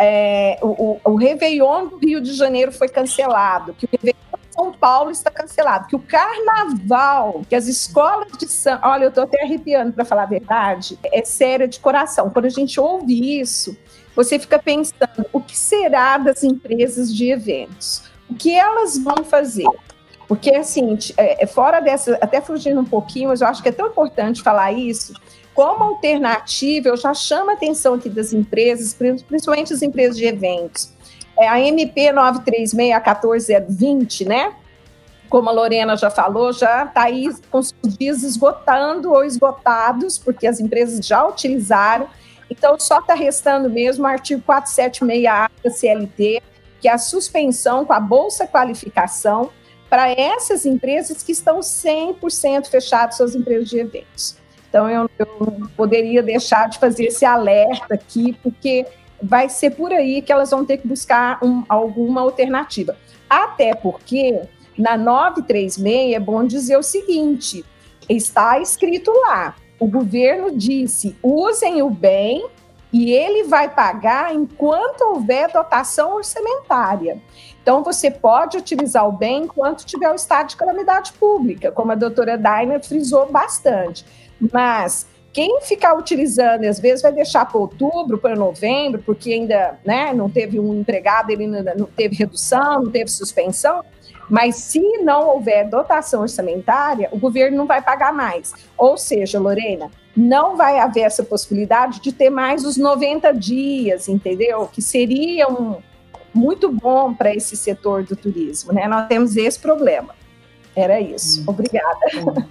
o Réveillon do Rio de Janeiro foi cancelado, que o Réveillon de São Paulo está cancelado, que o Carnaval, que as escolas de samba... Olha, eu estou até arrepiando, para falar a verdade, é sério de coração. Quando a gente ouve isso, você fica pensando, o que será das empresas de eventos? O que elas vão fazer? Porque, assim, fora dessa, até fugindo um pouquinho, mas eu acho que é tão importante falar isso, como alternativa, eu já chamo a atenção aqui das empresas, principalmente as empresas de eventos. A MP 936, a 14020, né? Como a Lorena já falou, já está aí com os dias esgotando ou esgotados, porque as empresas já utilizaram. Então, só está restando mesmo o artigo 476A da CLT, que é a suspensão com a Bolsa Qualificação para essas empresas que estão 100% fechadas, suas empresas de eventos. Então, eu não poderia deixar de fazer esse alerta aqui, porque vai ser por aí que elas vão ter que buscar alguma alternativa. Até porque, na 936, é bom dizer o seguinte, está escrito lá, o governo disse, usem o bem e ele vai pagar enquanto houver dotação orçamentária. Então, você pode utilizar o bem enquanto tiver o estado de calamidade pública, como a doutora Daina frisou bastante. Mas quem ficar utilizando, às vezes vai deixar para outubro, para novembro, porque ainda não teve um empregado, ele não teve redução, não teve suspensão, mas se não houver dotação orçamentária, o governo não vai pagar mais. Ou seja, Lorena, não vai haver essa possibilidade de ter mais os 90 dias, entendeu? Que seria muito bom para esse setor do turismo, né? Nós temos esse problema. Era isso. Obrigada.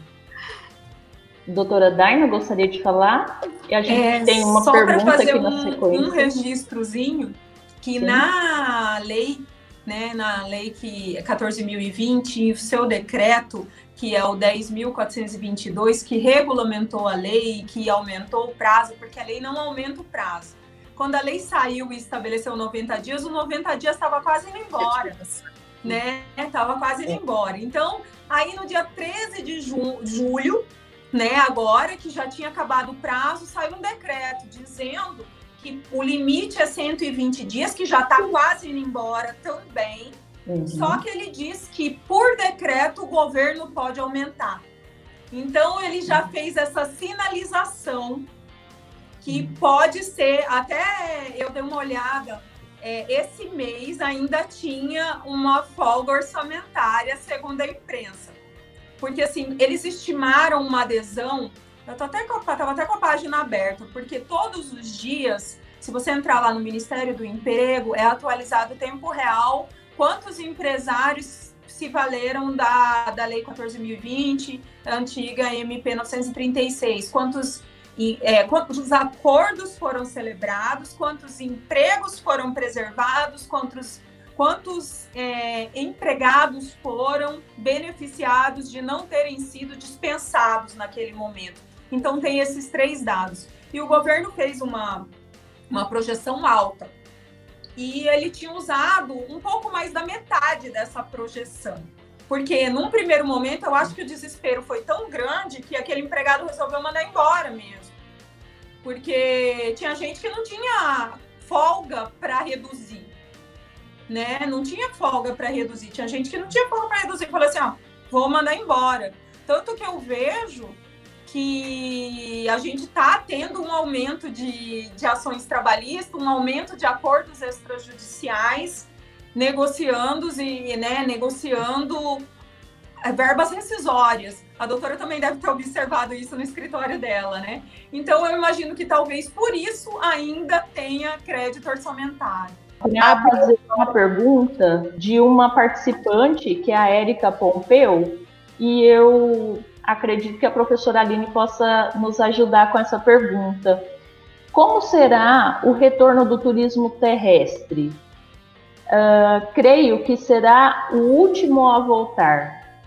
Doutora Daina, gostaria de falar? E a gente tem uma pergunta aqui na sequência. Um registrozinho, que na lei, né, na lei que 14.020, o seu decreto, que é o 10.422, que regulamentou a lei, que aumentou o prazo, porque a lei não aumenta o prazo. Quando a lei saiu e estabeleceu 90 dias, os 90 dias estava quase indo embora, né? Estava quase indo embora. Então, aí no dia 13 de julho, né, agora que já tinha acabado o prazo, saiu um decreto dizendo que o limite é 120 dias, que já está quase indo embora também. Só que ele diz que, por decreto, o governo pode aumentar. Então, ele já fez essa sinalização que pode ser, até eu dei uma olhada, esse mês ainda tinha uma folga orçamentária, segundo a imprensa. Porque, assim, eles estimaram uma adesão, eu estava até com a página aberta, porque todos os dias, se você entrar lá no Ministério do Emprego, é atualizado o tempo real, quantos empresários se valeram da Lei 14.020, a antiga MP 936, quantos acordos foram celebrados, quantos empregos foram preservados, quantos empregados foram beneficiados de não terem sido dispensados naquele momento. Então, tem esses 3 dados. E o governo fez uma projeção alta. E ele tinha usado um pouco mais da metade dessa projeção. Porque, num primeiro momento, eu acho que o desespero foi tão grande que aquele empregado resolveu mandar embora mesmo. Porque tinha gente que não tinha folga para reduzir. Né? Não tinha folga para reduzir. Tinha gente que não tinha folga para reduzir. Falou assim, vou mandar embora. Tanto que eu vejo que a gente está tendo um aumento de ações trabalhistas, um aumento de acordos extrajudiciais, negociando verbas rescisórias. A doutora também deve ter observado isso no escritório dela, né? Então, eu imagino que talvez por isso ainda tenha crédito orçamentário. Queria fazer uma pergunta de uma participante, que é a Érica Pompeu, e eu acredito que a professora Aline possa nos ajudar com essa pergunta. Como será o retorno do turismo terrestre? Creio que será o último a voltar.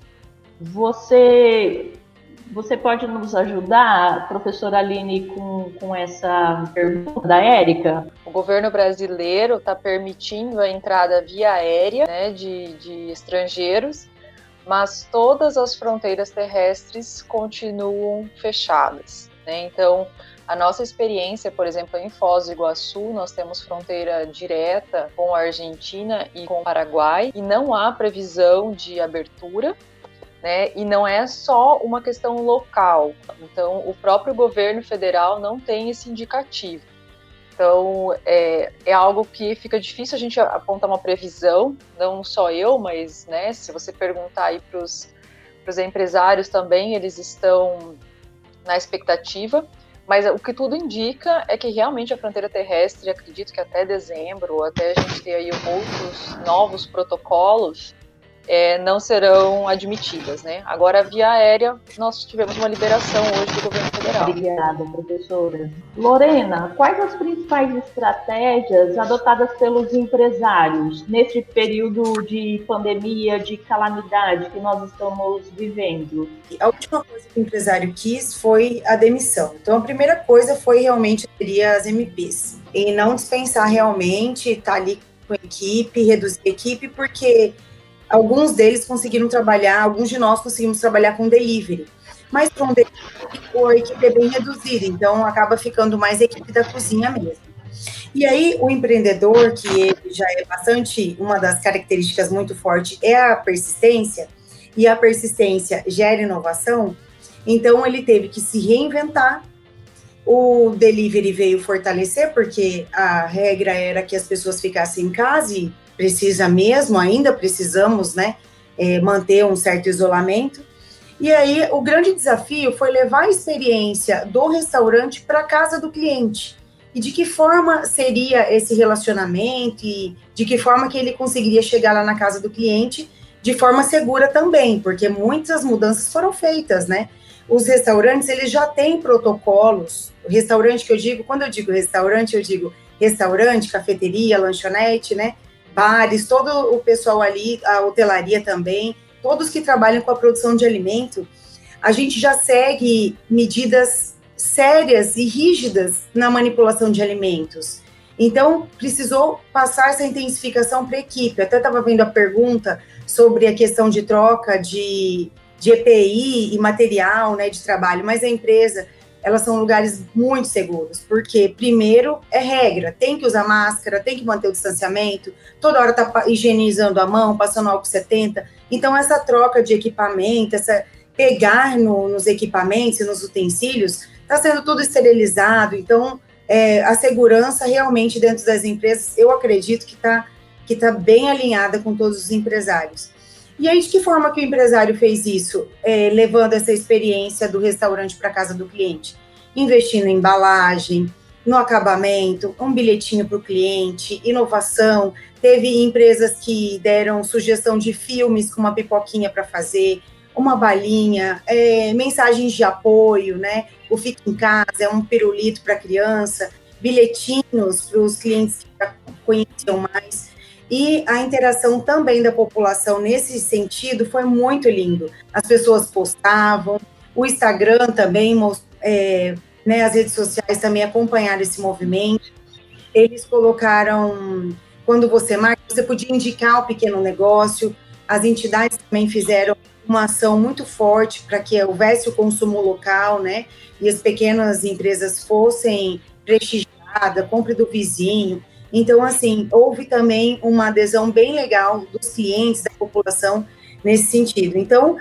Você pode nos ajudar, professora Aline, com essa pergunta da Érica? O governo brasileiro está permitindo a entrada via aérea, né, de estrangeiros, mas todas as fronteiras terrestres continuam fechadas, né? Então, a nossa experiência, por exemplo, em Foz do Iguaçu, nós temos fronteira direta com a Argentina e com o Paraguai, e não há previsão de abertura, né? E não é só uma questão local. Então, o próprio governo federal não tem esse indicativo. Então, é algo que fica difícil a gente apontar uma previsão, não só eu, mas, né, se você perguntar aí para os empresários também, eles estão na expectativa. Mas o que tudo indica é que realmente a fronteira terrestre, acredito que até dezembro, ou até a gente ter aí outros novos protocolos, não serão admitidas, né? Agora, a via aérea, nós tivemos uma liberação hoje do governo federal. Obrigada, professora. Lorena, quais as principais estratégias adotadas pelos empresários nesse período de pandemia, de calamidade que nós estamos vivendo? A última coisa que o empresário quis foi a demissão. Então, a primeira coisa foi realmente aderir às MPs e não dispensar realmente, estar ali com a equipe, reduzir a equipe, porque alguns deles conseguiram trabalhar, alguns de nós conseguimos trabalhar com delivery, mas com delivery a equipe é bem reduzida, então acaba ficando mais a equipe da cozinha mesmo. E aí o empreendedor, que ele já é bastante, uma das características muito fortes é a persistência, e a persistência gera inovação, então ele teve que se reinventar. O delivery veio fortalecer, porque a regra era que as pessoas ficassem em casa e precisa mesmo, ainda precisamos, né, manter um certo isolamento. E aí, o grande desafio foi levar a experiência do restaurante para a casa do cliente. E de que forma seria esse relacionamento e de que forma que ele conseguiria chegar lá na casa do cliente de forma segura também, porque muitas mudanças foram feitas, né? Os restaurantes, eles já têm protocolos. O restaurante que eu digo, quando eu digo restaurante, cafeteria, lanchonete, né? Bares, todo o pessoal ali, a hotelaria também, todos que trabalham com a produção de alimento, a gente já segue medidas sérias e rígidas na manipulação de alimentos. Então, precisou passar essa intensificação para a equipe. Até estava vendo a pergunta sobre a questão de troca de EPI e material, né, de trabalho, mas a empresa, elas são lugares muito seguros, porque, primeiro, é regra, tem que usar máscara, tem que manter o distanciamento, toda hora tá higienizando a mão, passando álcool 70, então essa troca de equipamento, pegar nos equipamentos e nos utensílios, está sendo tudo esterilizado, então a segurança realmente dentro das empresas, eu acredito que tá bem alinhada com todos os empresários. E aí, de que forma que o empresário fez isso? Levando essa experiência do restaurante para a casa do cliente. Investindo em embalagem, no acabamento, um bilhetinho para o cliente, inovação. Teve empresas que deram sugestão de filmes com uma pipoquinha para fazer, uma balinha, mensagens de apoio, né? O Fica em Casa, um pirulito para a criança, bilhetinhos para os clientes que já conheciam mais. E a interação também da população nesse sentido foi muito lindo. As pessoas postavam, o Instagram também, né, as redes sociais também acompanharam esse movimento. Eles colocaram, quando você marca, você podia indicar o pequeno negócio. As entidades também fizeram uma ação muito forte para que houvesse o consumo local, né, e as pequenas empresas fossem prestigiadas, compre do vizinho. Então, assim, houve também uma adesão bem legal dos clientes, da população, nesse sentido. Então,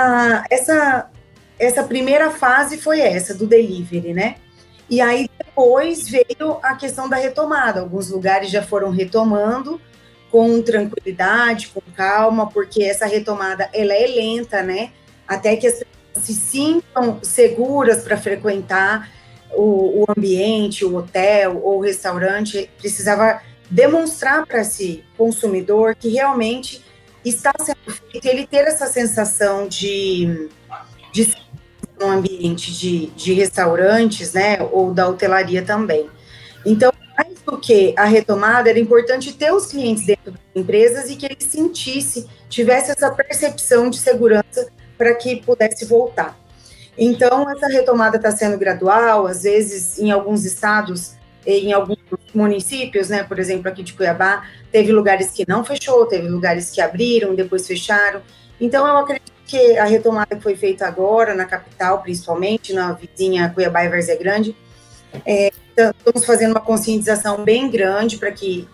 essa primeira fase foi essa, do delivery, né? E aí, depois, veio a questão da retomada. Alguns lugares já foram retomando com tranquilidade, com calma, porque essa retomada, ela é lenta, né? Até que as pessoas se sintam seguras para frequentar o ambiente, o hotel ou o restaurante, precisava demonstrar para esse consumidor que realmente está sendo feito, ele ter essa sensação de um ambiente de restaurantes, né, ou da hotelaria também. Então, mais do que a retomada, era importante ter os clientes dentro das empresas e que ele tivesse essa percepção de segurança para que pudesse voltar. Então, essa retomada está sendo gradual, às vezes, em alguns estados, em alguns municípios, né, por exemplo, aqui de Cuiabá, teve lugares que não fechou, teve lugares que abriram, depois fecharam. Então, eu acredito que a retomada que foi feita agora, na capital, principalmente, na vizinha Cuiabá e Várzea Grande, estamos fazendo uma conscientização bem grande para que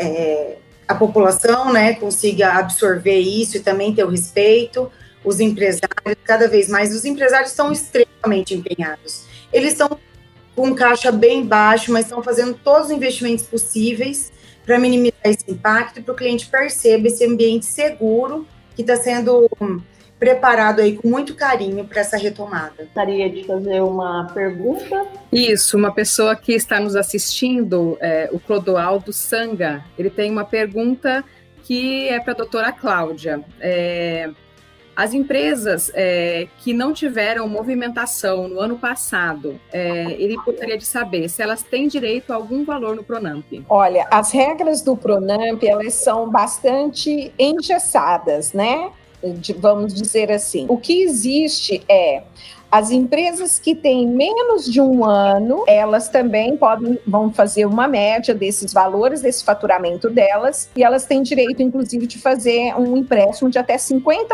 a população, né, consiga absorver isso e também ter o respeito. Os empresários, cada vez mais, os empresários estão extremamente empenhados. Eles estão com um caixa bem baixo, mas estão fazendo todos os investimentos possíveis para minimizar esse impacto e para o cliente perceba esse ambiente seguro que está sendo preparado aí com muito carinho para essa retomada. Gostaria de fazer uma pergunta. Isso, uma pessoa que está nos assistindo, o Clodoaldo Sanga, ele tem uma pergunta que é para a doutora Cláudia. As empresas que não tiveram movimentação no ano passado, ele gostaria de saber se elas têm direito a algum valor no Pronamp. Olha, as regras do Pronamp, elas são bastante engessadas, né? Vamos dizer assim. O que existe as empresas que têm menos de um ano, elas também vão fazer uma média desses valores, desse faturamento delas, e elas têm direito, inclusive, de fazer um empréstimo de até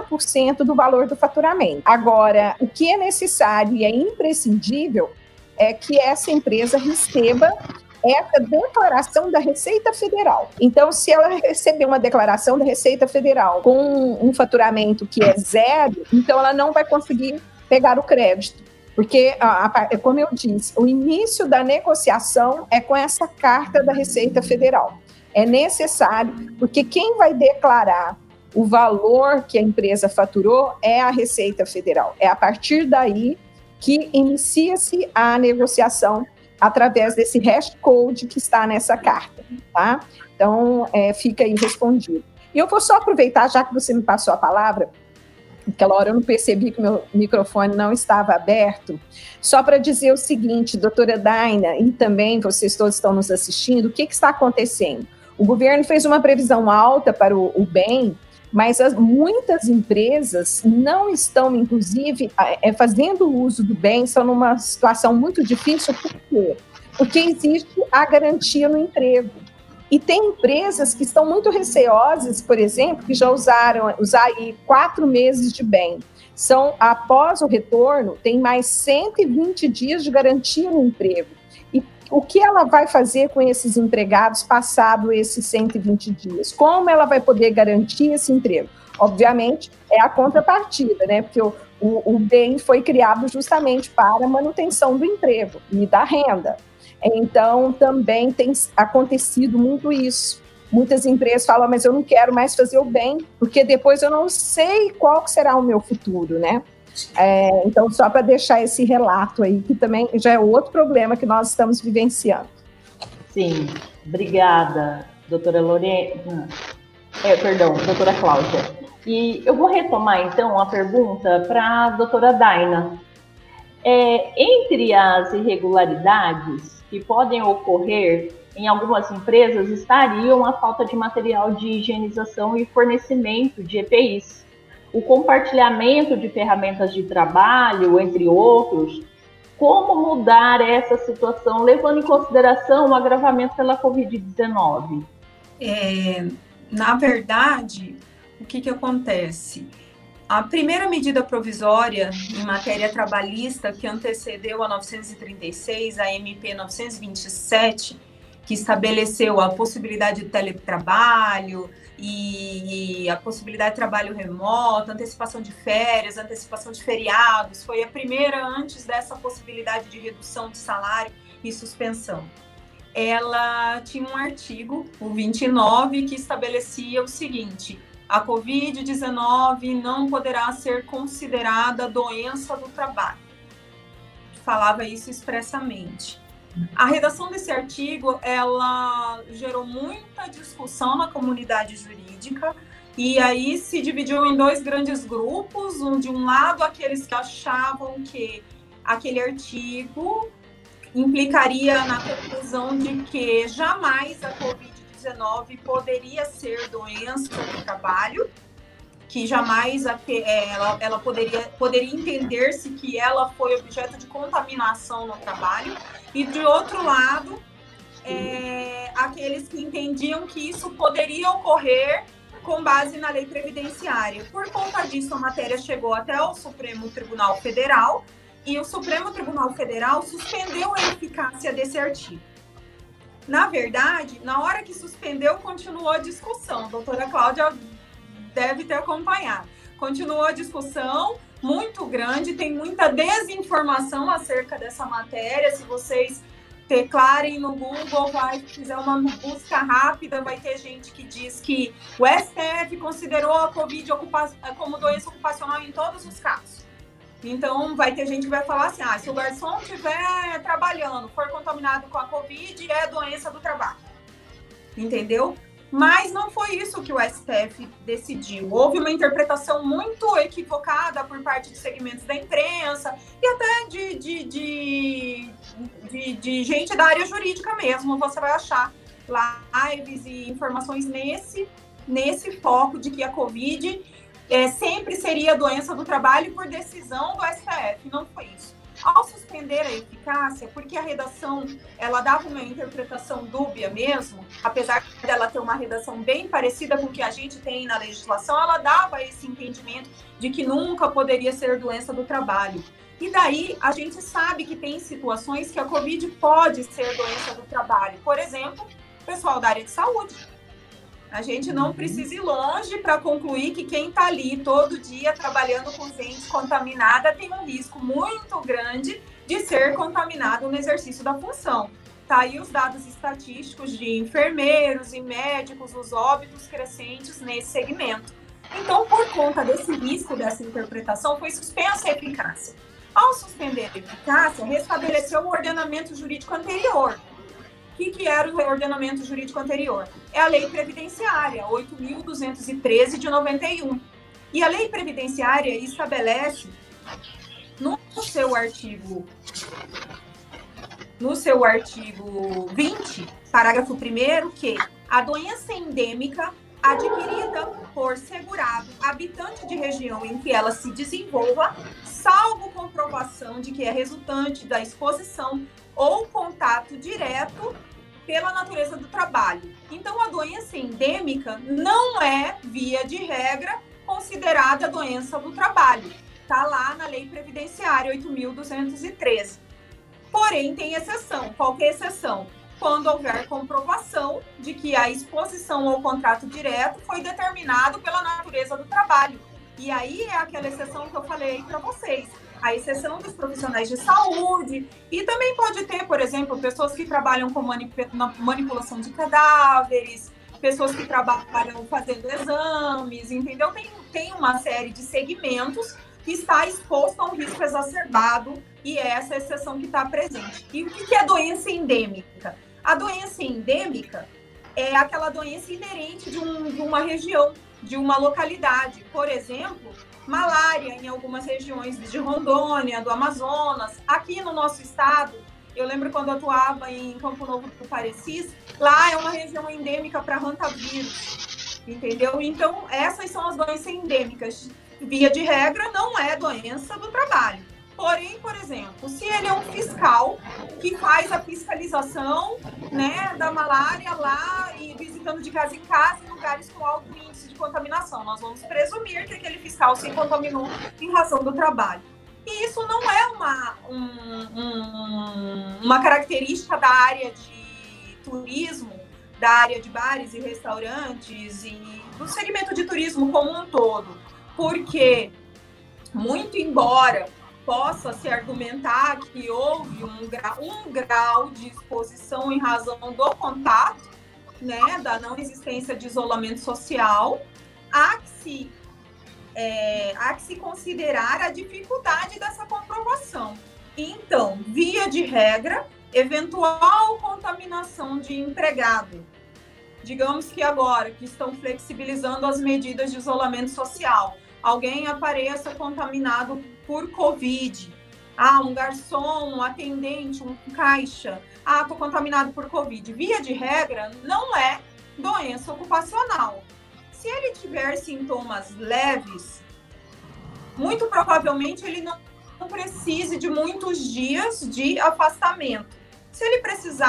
50% do valor do faturamento. Agora, o que é necessário e é imprescindível é que essa empresa receba essa declaração da Receita Federal. Então, se ela receber uma declaração da Receita Federal com um faturamento que é zero, então ela não vai conseguir pegar o crédito, porque, como eu disse, o início da negociação é com essa carta da Receita Federal. É necessário, porque quem vai declarar o valor que a empresa faturou é a Receita Federal. É a partir daí que inicia-se a negociação através desse hash code que está nessa carta, tá? Então, fica aí respondido. E eu vou só aproveitar, já que você me passou a palavra, aquela hora eu não percebi que o meu microfone não estava aberto, só para dizer o seguinte, doutora Daina, e também vocês todos estão nos assistindo, o que está acontecendo? O governo fez uma previsão alta para o bem, mas muitas empresas não estão, inclusive, fazendo uso do bem, estão numa situação muito difícil. Por quê? Porque existe a garantia no emprego. E tem empresas que estão muito receosas, por exemplo, que já usar aí 4 meses de bem. Após o retorno, tem mais 120 dias de garantia no emprego. E o que ela vai fazer com esses empregados passado esses 120 dias? Como ela vai poder garantir esse emprego? Obviamente, é a contrapartida, né? Porque o bem foi criado justamente para a manutenção do emprego e da renda. Então, também tem acontecido muito isso. Muitas empresas falam, mas eu não quero mais fazer o bem, porque depois eu não sei qual será o meu futuro, né? Então, só para deixar esse relato aí, que também já é outro problema que nós estamos vivenciando. Sim, obrigada, doutora Lorena. Doutora Cláudia. E eu vou retomar, então, a pergunta para a doutora Daina. Entre as irregularidades que podem ocorrer em algumas empresas estariam a falta de material de higienização e fornecimento de EPIs, o compartilhamento de ferramentas de trabalho, entre outros. Como mudar essa situação, levando em consideração o agravamento pela Covid-19? Na verdade, o que acontece? A primeira medida provisória em matéria trabalhista que antecedeu a 936, a MP 927, que estabeleceu a possibilidade de teletrabalho e a possibilidade de trabalho remoto, antecipação de férias, antecipação de feriados, foi a primeira antes dessa possibilidade de redução de salário e suspensão. Ela tinha um artigo, o 29, que estabelecia o seguinte: a Covid-19 não poderá ser considerada doença do trabalho. Falava isso expressamente. A redação desse artigo, ela gerou muita discussão na comunidade jurídica e aí se dividiu em 2 grandes grupos. De um lado, aqueles que achavam que aquele artigo implicaria na conclusão de que jamais a Covid-19 poderia ser doença do trabalho, que jamais ela poderia entender-se que ela foi objeto de contaminação no trabalho, e de outro lado, aqueles que entendiam que isso poderia ocorrer com base na lei previdenciária. Por conta disso, a matéria chegou até o Supremo Tribunal Federal e o Supremo Tribunal Federal suspendeu a eficácia desse artigo. Na verdade, na hora que suspendeu, continuou a discussão. A doutora Cláudia deve ter acompanhado. Continuou a discussão muito grande, tem muita desinformação acerca dessa matéria. Se vocês teclarem no Google, fizer uma busca rápida, vai ter gente que diz que o STF considerou a Covid como doença ocupacional em todos os casos. Então, vai ter gente que vai falar assim, se o garçom estiver trabalhando, for contaminado com a Covid, é doença do trabalho. Entendeu? Mas não foi isso que o STF decidiu. Houve uma interpretação muito equivocada por parte de segmentos da imprensa e até de gente da área jurídica mesmo. Você vai achar lives e informações nesse foco de que a Covid sempre seria doença do trabalho por decisão do STF. Não foi isso. Ao suspender a eficácia, porque a redação, ela dava uma interpretação dúbia mesmo, apesar dela ter uma redação bem parecida com o que a gente tem na legislação, ela dava esse entendimento de que nunca poderia ser doença do trabalho. E daí, a gente sabe que tem situações que a Covid pode ser doença do trabalho. Por exemplo, o pessoal da área de saúde. A gente não precisa ir longe para concluir que quem está ali todo dia trabalhando com gente contaminada tem um risco muito grande de ser contaminado no exercício da função. Tá aí os dados estatísticos de enfermeiros e médicos, os óbitos crescentes nesse segmento. Então, por conta desse risco, dessa interpretação, foi suspensa a eficácia. Ao suspender a eficácia, restabeleceu o ordenamento jurídico anterior. O que era o ordenamento jurídico anterior? É a Lei Previdenciária, 8.213 de 91. E a Lei Previdenciária estabelece, no seu artigo 20, parágrafo 1º, que a doença endêmica adquirida por segurado habitante de região em que ela se desenvolva, salvo comprovação de que é resultante da exposição ou contato direto pela natureza do trabalho. Então, a doença endêmica não é, via de regra, considerada doença do trabalho. Está lá na Lei Previdenciária 8.213. Porém, tem exceção. Qual que é a exceção? Quando houver comprovação de que a exposição ao contrato direto foi determinado pela natureza do trabalho. E aí é aquela exceção que eu falei para vocês. A exceção dos profissionais de saúde, e também pode ter, por exemplo, pessoas que trabalham com manipulação de cadáveres, pessoas que trabalham fazendo exames, entendeu? Tem uma série de segmentos que está exposto a um risco exacerbado e é essa exceção que está presente. E o que é doença endêmica? A doença endêmica é aquela doença inerente de uma região, de uma localidade. Por exemplo, malária em algumas regiões de Rondônia, do Amazonas. Aqui no nosso estado, eu lembro quando eu atuava em Campo Novo do Parecis, lá é uma região endêmica para rantavírus, entendeu? Então, essas são as doenças endêmicas. Via de regra, não é doença do trabalho. Porém, por exemplo, se ele é um fiscal que faz a fiscalização, né, da malária lá e visitando de casa em casa em lugares com alto índice de contaminação, nós vamos presumir que aquele fiscal se contaminou em razão do trabalho. E isso não é uma característica da área de turismo, da área de bares e restaurantes e do segmento de turismo como um todo, porque, muito embora possa se argumentar que houve um grau de exposição em razão do contato, né, da não existência de isolamento social, há que se considerar a dificuldade dessa comprovação. Então, via de regra, eventual contaminação de empregado. Digamos que agora que estão flexibilizando as medidas de isolamento social, alguém apareça contaminado por Covid. Um garçom, um atendente, um caixa. Estou contaminado por Covid. Via de regra, não é doença ocupacional. Se ele tiver sintomas leves, muito provavelmente ele não precise de muitos dias de afastamento. Se ele precisar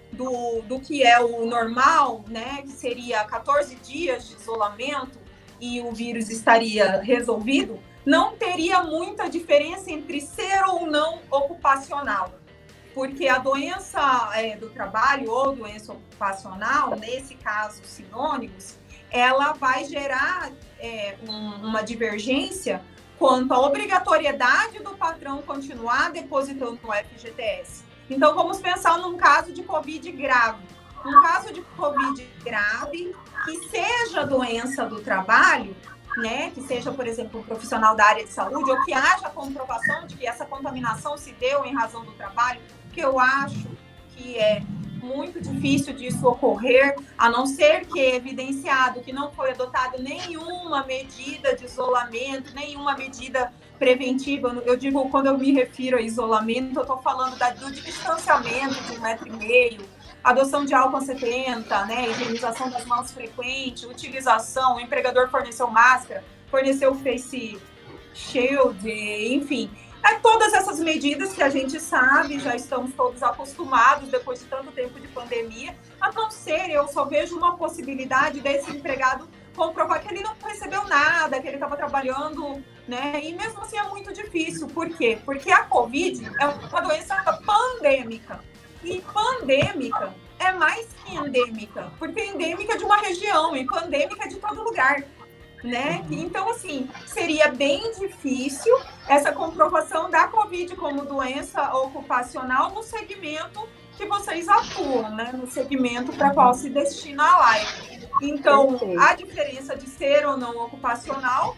do que é o normal, né, que seria 14 dias de isolamento e o vírus estaria resolvido, não teria muita diferença entre ser ou não ocupacional. Porque a doença do trabalho ou doença ocupacional, nesse caso sinônimos, ela vai gerar uma divergência quanto à obrigatoriedade do patrão continuar depositando no FGTS. Então, vamos pensar num caso de Covid grave. Um caso de Covid grave que seja doença do trabalho, né, que seja, por exemplo, um profissional da área de saúde, ou que haja comprovação de que essa contaminação se deu em razão do trabalho, que eu acho que é muito difícil disso ocorrer, a não ser que evidenciado que não foi adotada nenhuma medida de isolamento, nenhuma medida preventiva. Eu digo, quando eu me refiro a isolamento, eu estou falando do distanciamento de 1,5 metro, adoção de álcool 70, né, higienização das mãos frequente, utilização, o empregador forneceu máscara, forneceu face shield, enfim. Todas essas medidas que a gente sabe, já estamos todos acostumados depois de tanto tempo de pandemia, a não ser, eu só vejo uma possibilidade desse empregado comprovar que ele não recebeu nada, que ele estava trabalhando, né? E mesmo assim é muito difícil. Por quê? Porque a Covid é uma doença pandêmica. E pandêmica é mais que endêmica, porque endêmica é de uma região e pandêmica é de todo lugar, né? Então, assim, seria bem difícil essa comprovação da Covid como doença ocupacional no segmento que vocês atuam, né? No segmento para qual se destina a live. Então, a diferença de ser ou não ocupacional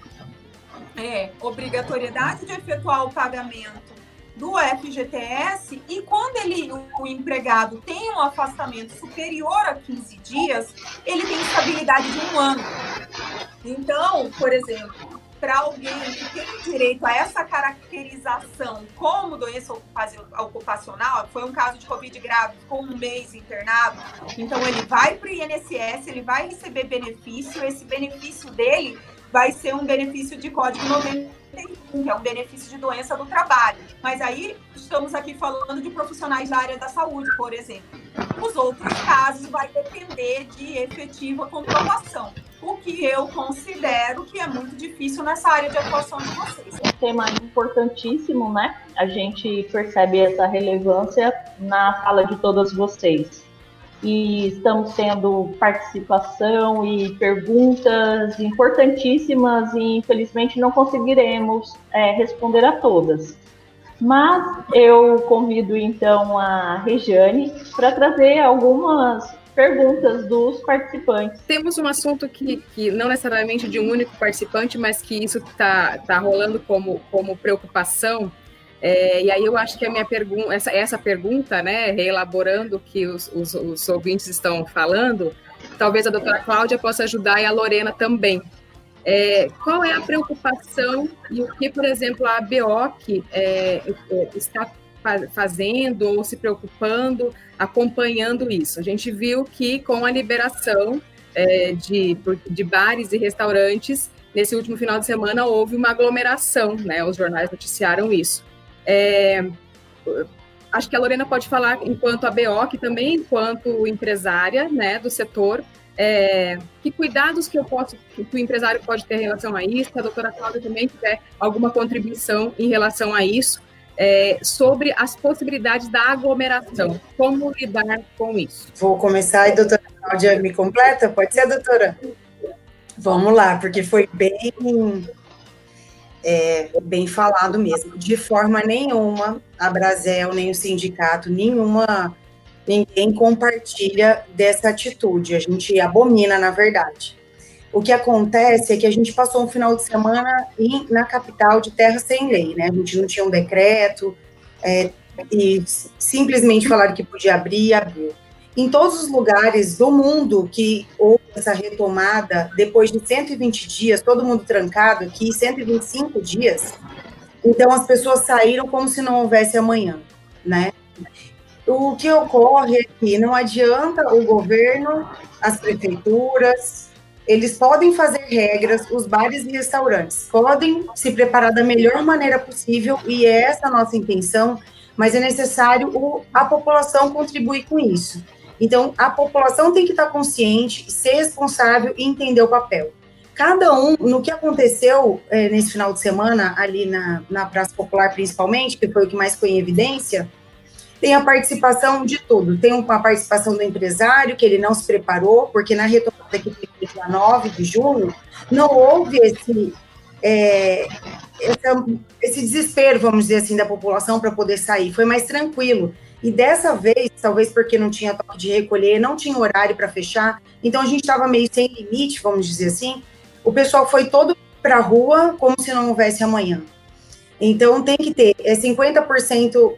é obrigatoriedade de efetuar o pagamento do FGTS, e quando o empregado tem um afastamento superior a 15 dias, ele tem estabilidade de 1 ano. Então, por exemplo, para alguém que tem direito a essa caracterização como doença ocupacional, foi um caso de Covid grave, ficou 1 mês internado, então ele vai para o INSS, ele vai receber benefício, esse benefício dele vai ser um benefício de código 91, que é um benefício de doença do trabalho. Mas aí estamos aqui falando de profissionais da área da saúde, por exemplo. Os outros casos vai depender de efetiva comprovação, o que eu considero que é muito difícil nessa área de atuação de vocês. Um tema importantíssimo, né? A gente percebe essa relevância na fala de todas vocês. E estamos tendo participação e perguntas importantíssimas e, infelizmente, não conseguiremos responder a todas. Mas eu convido, então, a Regiane para trazer algumas perguntas dos participantes. Temos um assunto que não necessariamente de um único participante, mas que isso tá rolando como preocupação. E aí eu acho que a minha pergunta, essa pergunta, né, reelaborando o que os ouvintes estão falando, talvez a doutora Cláudia possa ajudar e a Lorena também. Qual é a preocupação e o que, por exemplo, a ABOC está fazendo ou se preocupando, acompanhando isso? A gente viu que com a liberação de bares e restaurantes, nesse último final de semana houve uma aglomeração, né? Os jornais noticiaram isso. Acho que a Lorena pode falar enquanto ABOC, também enquanto empresária, né, do setor, que cuidados que o empresário pode ter em relação a isso, que a doutora Cláudia também tiver alguma contribuição em relação a isso, sobre as possibilidades da aglomeração, como lidar com isso. Vou começar e a doutora Cláudia me completa, pode ser, doutora? Vamos lá, porque foi bem falado mesmo. De forma nenhuma, a Brasel, nem o sindicato, ninguém compartilha dessa atitude. A gente abomina, na verdade. O que acontece é que a gente passou um final de semana na capital de terra sem lei, né? A gente não tinha um decreto, e simplesmente falaram que podia abrir e abriu. Em todos os lugares do mundo que houve essa retomada, depois de 120 dias, todo mundo trancado aqui, 125 dias, então as pessoas saíram como se não houvesse amanhã, né? O que ocorre é que não adianta o governo, as prefeituras, eles podem fazer regras, os bares e restaurantes podem se preparar da melhor maneira possível, e é essa a nossa intenção, mas é necessário a população contribuir com isso. Então, a população tem que estar consciente, ser responsável e entender o papel. Cada um, no que aconteceu nesse final de semana, ali na Praça Popular principalmente, que foi o que mais foi em evidência, tem a participação de tudo. Tem a participação do empresário, que ele não se preparou, porque na retomada que foi dia 9 de junho, não houve esse desespero, vamos dizer assim, da população para poder sair. Foi mais tranquilo. E dessa vez, talvez porque não tinha toque de recolher, não tinha horário para fechar, então a gente estava meio sem limite, vamos dizer assim, o pessoal foi todo para a rua como se não houvesse amanhã. Então tem que ter 50%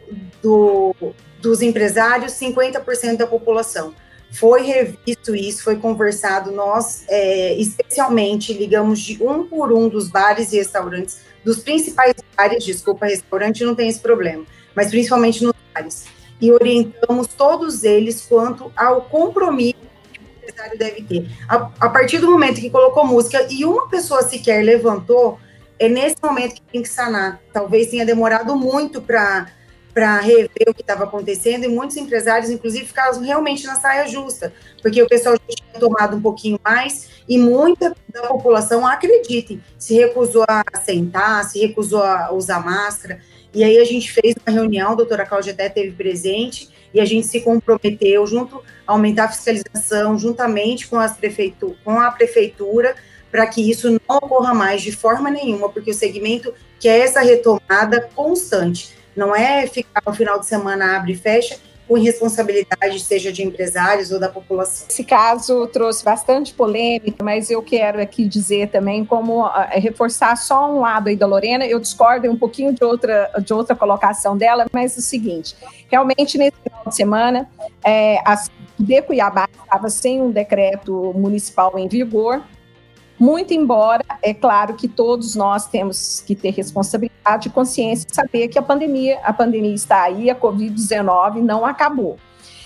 dos empresários, 50% da população. Foi revisto isso, foi conversado, nós especialmente ligamos de um por um dos bares e restaurantes, dos principais bares, desculpa, restaurante não tem esse problema, mas principalmente nos bares, e orientamos todos eles quanto ao compromisso que o empresário deve ter. A partir do momento que colocou música e uma pessoa sequer levantou, é nesse momento que tem que sanar. Talvez tenha demorado muito para rever o que estava acontecendo, e muitos empresários, inclusive, ficaram realmente na saia justa, porque o pessoal já tinha tomado um pouquinho mais, e muita da população, acreditem, se recusou a sentar, se recusou a usar máscara, e aí a gente fez uma reunião, a doutora Cláudia até esteve presente, e a gente se comprometeu junto a aumentar a fiscalização, juntamente com a prefeitura, para que isso não ocorra mais de forma nenhuma, porque o segmento quer essa retomada constante. Não é ficar no final de semana, abre e fecha, com irresponsabilidade, seja de empresários ou da população. Esse caso trouxe bastante polêmica, mas eu quero aqui dizer também como reforçar só um lado aí da Lorena. Eu discordo um pouquinho de outra colocação dela, mas é o seguinte, realmente nesse final de semana, a de Cuiabá estava sem um decreto municipal em vigor, muito embora, é claro que todos nós temos que ter responsabilidade e consciência de saber que a pandemia está aí, a Covid-19 não acabou.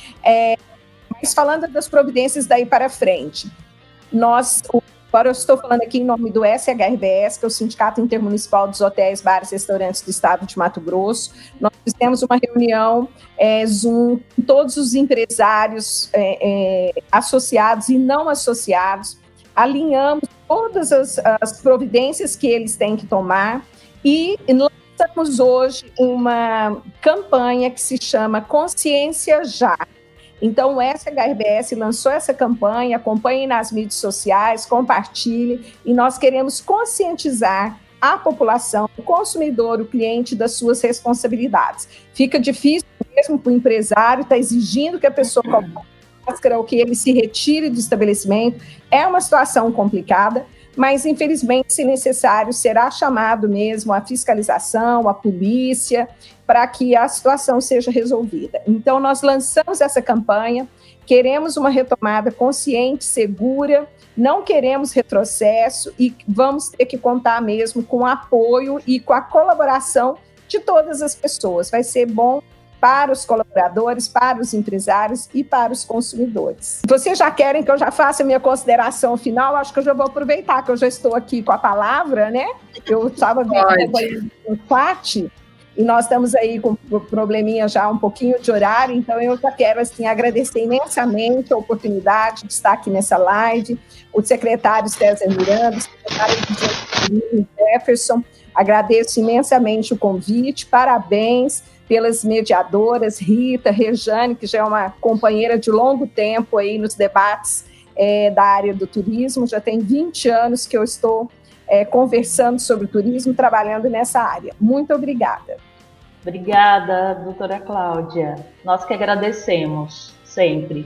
Mas falando das providências daí para frente, agora eu estou falando aqui em nome do SHRBS, que é o Sindicato Intermunicipal dos Hotéis, Bares e Restaurantes do Estado de Mato Grosso. Nós fizemos uma reunião Zoom com todos os empresários associados e não associados, alinhamos todas as providências que eles têm que tomar e lançamos hoje uma campanha que se chama Consciência Já. Então, o SHRBS lançou essa campanha, acompanhe nas mídias sociais, compartilhe, e nós queremos conscientizar a população, o consumidor, o cliente, das suas responsabilidades. Fica difícil mesmo para o empresário estar exigindo que a pessoa coloque máscara ou que ele se retire do estabelecimento. É uma situação complicada, mas infelizmente, se necessário, será chamado mesmo a fiscalização, a polícia, para que a situação seja resolvida. Então, nós lançamos essa campanha, queremos uma retomada consciente, segura, não queremos retrocesso e vamos ter que contar mesmo com o apoio e com a colaboração de todas as pessoas. Vai ser bom para os colaboradores, para os empresários e para os consumidores. Vocês já querem que eu já faça a minha consideração final? Acho que eu já vou aproveitar que eu já estou aqui com a palavra, né? Eu estava vendo o chat e nós estamos aí com probleminha já um pouquinho de horário, então eu já quero assim, agradecer imensamente a oportunidade de estar aqui nessa live, o secretário César Miranda, o secretário Jefferson, agradeço imensamente o convite, parabéns pelas mediadoras, Rita, Rejane, que já é uma companheira de longo tempo aí nos debates da área do turismo, já tem 20 anos que eu estou conversando sobre o turismo, trabalhando nessa área. Muito obrigada. Obrigada, doutora Cláudia. Nós que agradecemos, sempre.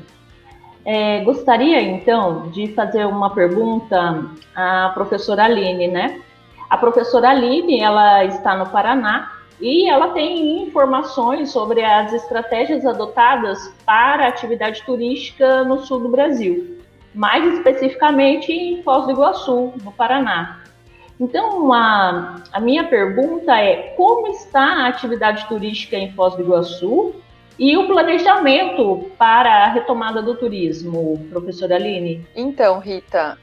Gostaria, então, de fazer uma pergunta à professora Aline, né? A professora Aline, ela está no Paraná, e ela tem informações sobre as estratégias adotadas para a atividade turística no sul do Brasil, mais especificamente em Foz do Iguaçu, no Paraná. Então, a minha pergunta é: como está a atividade turística em Foz do Iguaçu e o planejamento para a retomada do turismo, professora Aline? Então, Rita,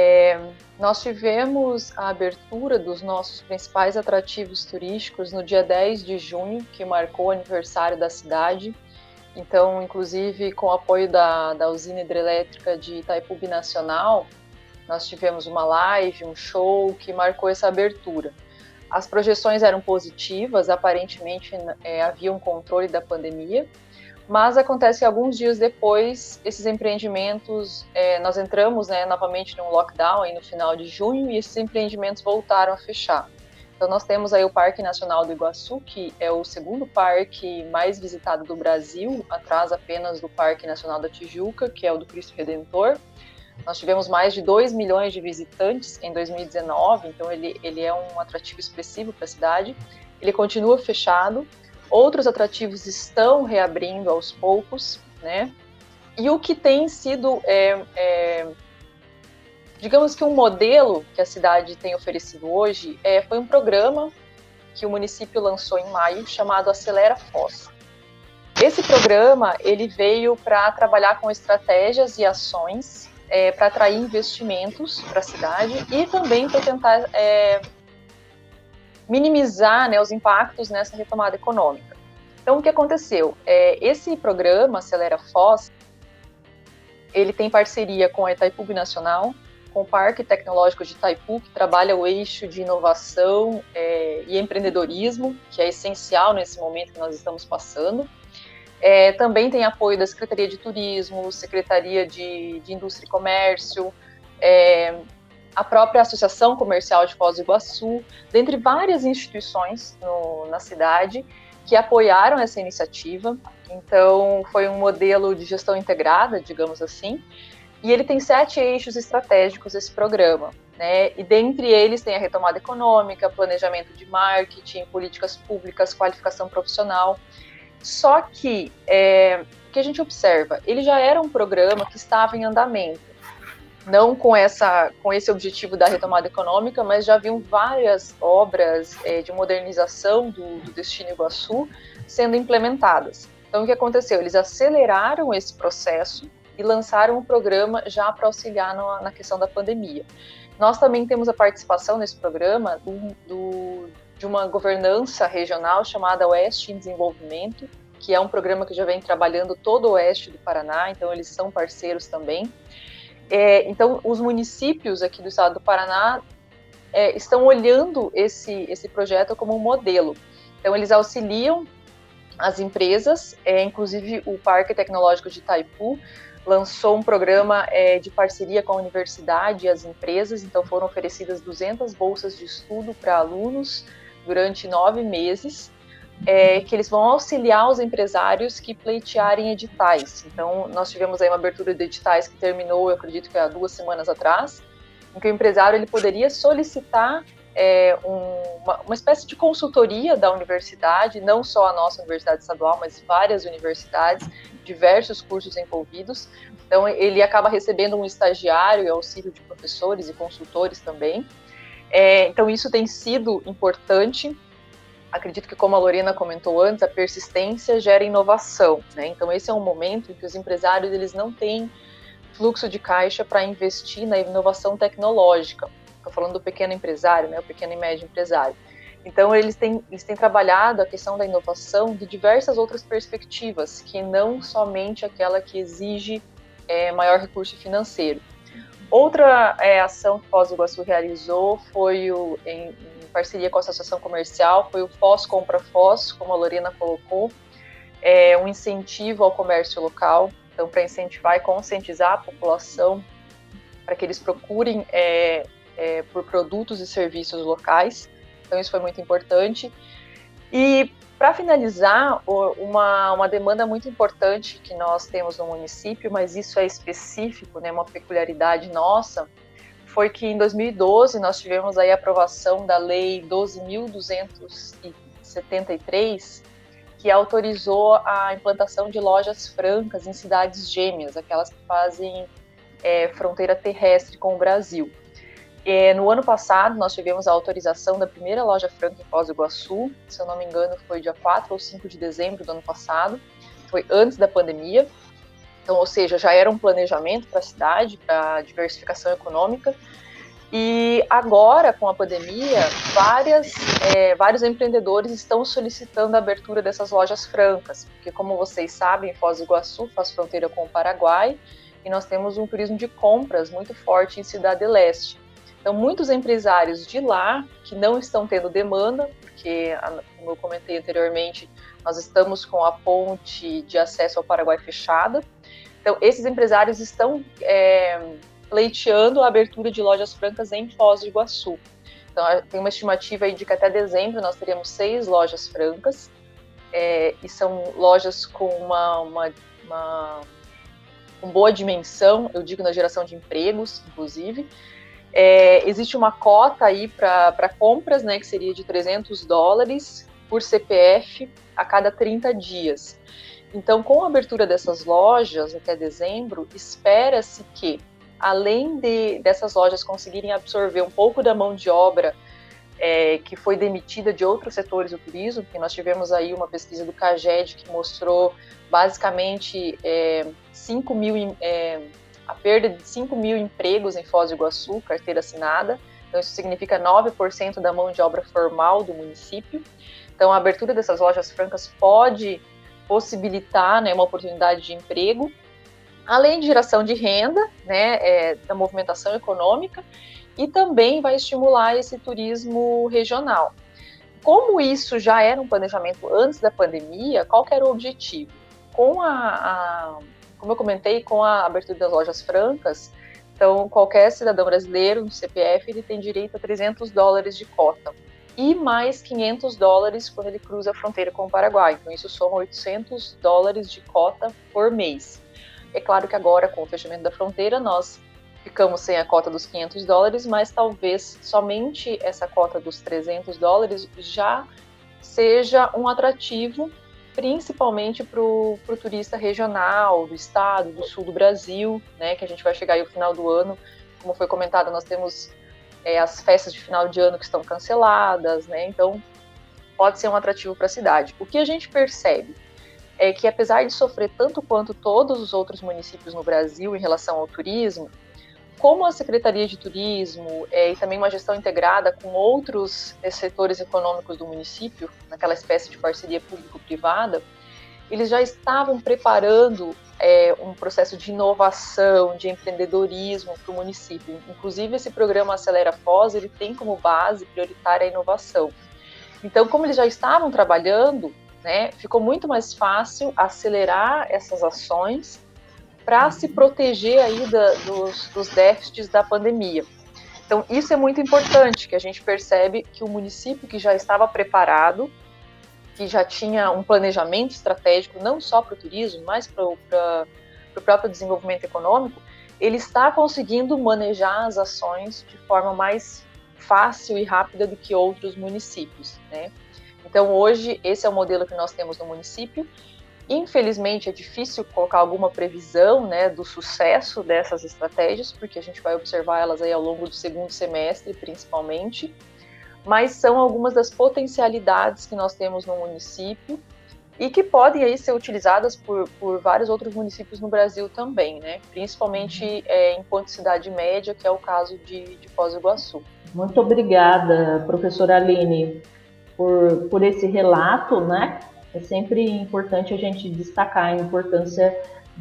nós tivemos a abertura dos nossos principais atrativos turísticos no dia 10 de junho, que marcou o aniversário da cidade, Então, inclusive, com o apoio da usina hidrelétrica de Itaipu Binacional, nós tivemos uma live, um show que marcou essa abertura. As projeções eram positivas, aparentemente havia um controle da pandemia, mas acontece que alguns dias depois, esses empreendimentos, nós entramos novamente num lockdown aí no final de junho e esses empreendimentos voltaram a fechar. Então nós temos aí o Parque Nacional do Iguaçu, que é o segundo parque mais visitado do Brasil, atrás apenas do Parque Nacional da Tijuca, que é o do Cristo Redentor. Nós tivemos mais de 2 milhões de visitantes em 2019, então ele é um atrativo expressivo para a cidade. Ele continua fechado, outros atrativos estão reabrindo aos poucos, né? E o que tem sido, digamos que um modelo que a cidade tem oferecido hoje foi um programa que o município lançou em maio, chamado Acelera Foz. Esse programa ele veio para trabalhar com estratégias e ações para atrair investimentos para a cidade e também para tentar minimizar, né, os impactos nessa retomada econômica. Então, o que aconteceu? Esse programa, Acelera Foz, ele tem parceria com a Itaipu Binacional, com o Parque Tecnológico de Itaipu, que trabalha o eixo de inovação e empreendedorismo, que é essencial nesse momento que nós estamos passando. Também tem apoio da Secretaria de Turismo, Secretaria de Indústria e Comércio, a própria Associação Comercial de Foz do Iguaçu, dentre várias instituições na cidade que apoiaram essa iniciativa. Então, foi um modelo de gestão integrada, digamos assim, e ele tem 7 eixos estratégicos, esse programa, né? E dentre eles tem a retomada econômica, planejamento de marketing, políticas públicas, qualificação profissional. Só que, o que a gente observa, ele já era um programa que estava em andamento, não com esse objetivo da retomada econômica, mas já haviam várias obras de modernização do Destino Iguaçu sendo implementadas. Então, o que aconteceu? Eles aceleraram esse processo e lançaram um programa já para auxiliar na questão da pandemia. Nós também temos a participação nesse programa de uma governança regional chamada Oeste em Desenvolvimento, que é um programa que já vem trabalhando todo o oeste do Paraná, então eles são parceiros também. Então, os municípios aqui do estado do Paraná estão olhando esse projeto como um modelo. Então, eles auxiliam as empresas, inclusive o Parque Tecnológico de Itaipu lançou um programa de parceria com a universidade e as empresas, então foram oferecidas 200 bolsas de estudo para alunos durante 9 meses, que eles vão auxiliar os empresários que pleitearem editais. Então, nós tivemos aí uma abertura de editais que terminou, eu acredito que há 2 semanas atrás, em que o empresário ele poderia solicitar uma espécie de consultoria da universidade, não só a nossa universidade estadual, mas várias universidades, diversos cursos envolvidos. Então, ele acaba recebendo um estagiário e auxílio de professores e consultores também. Então, isso tem sido importante. Acredito que, como a Lorena comentou antes, a persistência gera inovação, né? Então, esse é um momento em que os empresários eles não têm fluxo de caixa para investir na inovação tecnológica. Estou falando do pequeno empresário, né? O pequeno e médio empresário. Então, eles têm trabalhado a questão da inovação de diversas outras perspectivas, que não somente aquela que exige maior recurso financeiro. Outra ação que Foz do Iguaçu realizou foi, em parceria com a Associação Comercial, foi o Foz Compra Foz, como a Lorena colocou, um incentivo ao comércio local, então para incentivar e conscientizar a população para que eles procurem por produtos e serviços locais. Então isso foi muito importante. E para finalizar, uma demanda muito importante que nós temos no município, mas isso é específico, né, uma peculiaridade nossa, foi que em 2012 nós tivemos aí a aprovação da Lei 12.273, que autorizou a implantação de lojas francas em cidades gêmeas, aquelas que fazem fronteira terrestre com o Brasil. No ano passado, nós tivemos a autorização da primeira loja franca em Foz do Iguaçu, se eu não me engano, foi dia 4 ou 5 de dezembro do ano passado, foi antes da pandemia, então, ou seja, já era um planejamento para a cidade, para diversificação econômica, E agora, com a pandemia, vários empreendedores estão solicitando a abertura dessas lojas francas, porque, como vocês sabem, Foz do Iguaçu faz fronteira com o Paraguai, e nós temos um turismo de compras muito forte em Cidade Leste. Então, muitos empresários de lá que não estão tendo demanda, porque, como eu comentei anteriormente, nós estamos com a ponte de acesso ao Paraguai fechada. Então, esses empresários estão pleiteando a abertura de lojas francas em Foz do Iguaçu. Então, tem uma estimativa aí de que até dezembro nós teríamos 6 lojas francas, e são lojas com com boa dimensão, eu digo na geração de empregos, inclusive. Existe uma cota aí para compras, né, que seria de $300 por CPF a cada 30 dias. Então, com a abertura dessas lojas até dezembro, espera-se que, além dessas lojas conseguirem absorver um pouco da mão de obra que foi demitida de outros setores do turismo, porque nós tivemos aí uma pesquisa do CAGED que mostrou basicamente a perda de 5 mil empregos em Foz do Iguaçu, carteira assinada. Então, isso significa 9% da mão de obra formal do município. Então, a abertura dessas lojas francas pode possibilitar, né, uma oportunidade de emprego, além de geração de renda, né, da movimentação econômica, e também vai estimular esse turismo regional. Como isso já era um planejamento antes da pandemia, qual que era o objetivo? Como eu comentei, com a abertura das lojas francas, então qualquer cidadão brasileiro no CPF ele tem direito a $300 de cota e mais $500 quando ele cruza a fronteira com o Paraguai. Então isso soma $800 de cota por mês. É claro que agora, com o fechamento da fronteira, nós ficamos sem a cota dos $500, mas talvez somente essa cota dos $300 já seja um atrativo, principalmente para o turista regional, do estado, do sul do Brasil, né, que a gente vai chegar aí ao final do ano. Como foi comentado, nós temos as festas de final de ano que estão canceladas, né, então pode ser um atrativo para a cidade. O que a gente percebe é que, apesar de sofrer tanto quanto todos os outros municípios no Brasil em relação ao turismo, como a Secretaria de Turismo e também uma gestão integrada com outros setores econômicos do município, naquela espécie de parceria público-privada, eles já estavam preparando um processo de inovação, de empreendedorismo para o município. Inclusive, esse programa Acelera Foz, ele tem como base prioritária a inovação. Então, como eles já estavam trabalhando, né, ficou muito mais fácil acelerar essas ações para se proteger aí dos déficits da pandemia. Então, isso é muito importante, que a gente percebe que o município que já estava preparado, que já tinha um planejamento estratégico, não só para o turismo, mas para o próprio desenvolvimento econômico, ele está conseguindo manejar as ações de forma mais fácil e rápida do que outros municípios, né? Então, hoje, esse é o modelo que nós temos no município. Infelizmente, é difícil colocar alguma previsão, né, do sucesso dessas estratégias, porque a gente vai observar elas aí ao longo do segundo semestre, principalmente, mas são algumas das potencialidades que nós temos no município e que podem aí ser utilizadas por vários outros municípios no Brasil também, né, principalmente enquanto cidade média, que é o caso de Foz do Iguaçu. Muito obrigada, professora Aline, por esse relato, né? É sempre importante a gente destacar a importância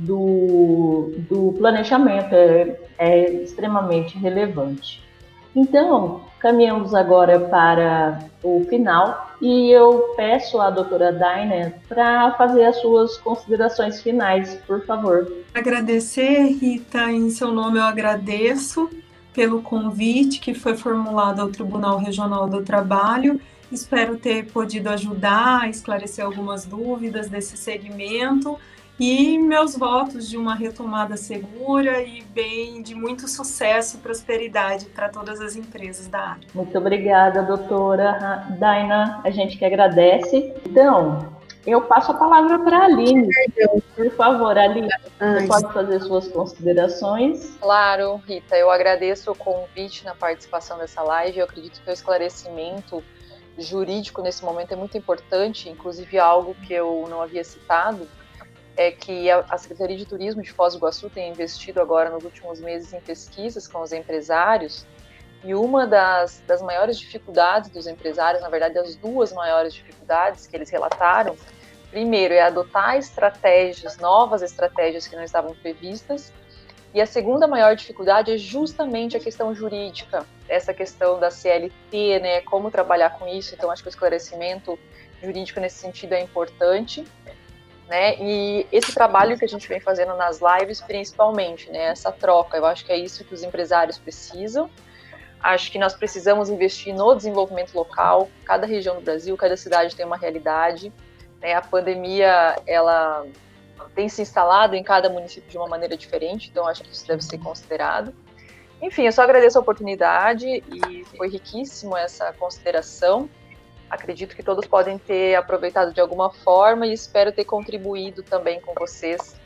do planejamento, é extremamente relevante. Então, caminhamos agora para o final e eu peço à doutora Daina para fazer as suas considerações finais, por favor. Agradecer, Rita, em seu nome eu agradeço pelo convite que foi formulado ao Tribunal Regional do Trabalho. Espero ter podido ajudar a esclarecer algumas dúvidas desse segmento e meus votos de uma retomada segura e de muito sucesso e prosperidade para todas as empresas da área. Muito obrigada, doutora Daina. A gente que agradece. Então, eu passo a palavra para a Aline. Por favor, Aline, você pode fazer suas considerações? Claro, Rita, eu agradeço o convite na participação dessa live. Eu acredito que o esclarecimento jurídico nesse momento é muito importante, inclusive algo que eu não havia citado, é que a Secretaria de Turismo de Foz do Iguaçu tem investido agora nos últimos meses em pesquisas com os empresários E uma das maiores dificuldades dos empresários, na verdade, as duas maiores dificuldades que eles relataram, primeiro é adotar novas estratégias que não estavam previstas, e a segunda maior dificuldade é justamente a questão jurídica, essa questão da CLT, né, como trabalhar com isso. Então, acho que o esclarecimento jurídico nesse sentido é importante, né, e esse trabalho que a gente vem fazendo nas lives, principalmente, né, essa troca, eu acho que é isso que os empresários precisam. Acho que nós precisamos investir no desenvolvimento local. Cada região do Brasil, cada cidade tem uma realidade, né, a pandemia, ela tem se instalado em cada município de uma maneira diferente, então acho que isso deve ser considerado. Enfim, eu só agradeço a oportunidade e foi riquíssimo essa consideração. Acredito que todos podem ter aproveitado de alguma forma e espero ter contribuído também com vocês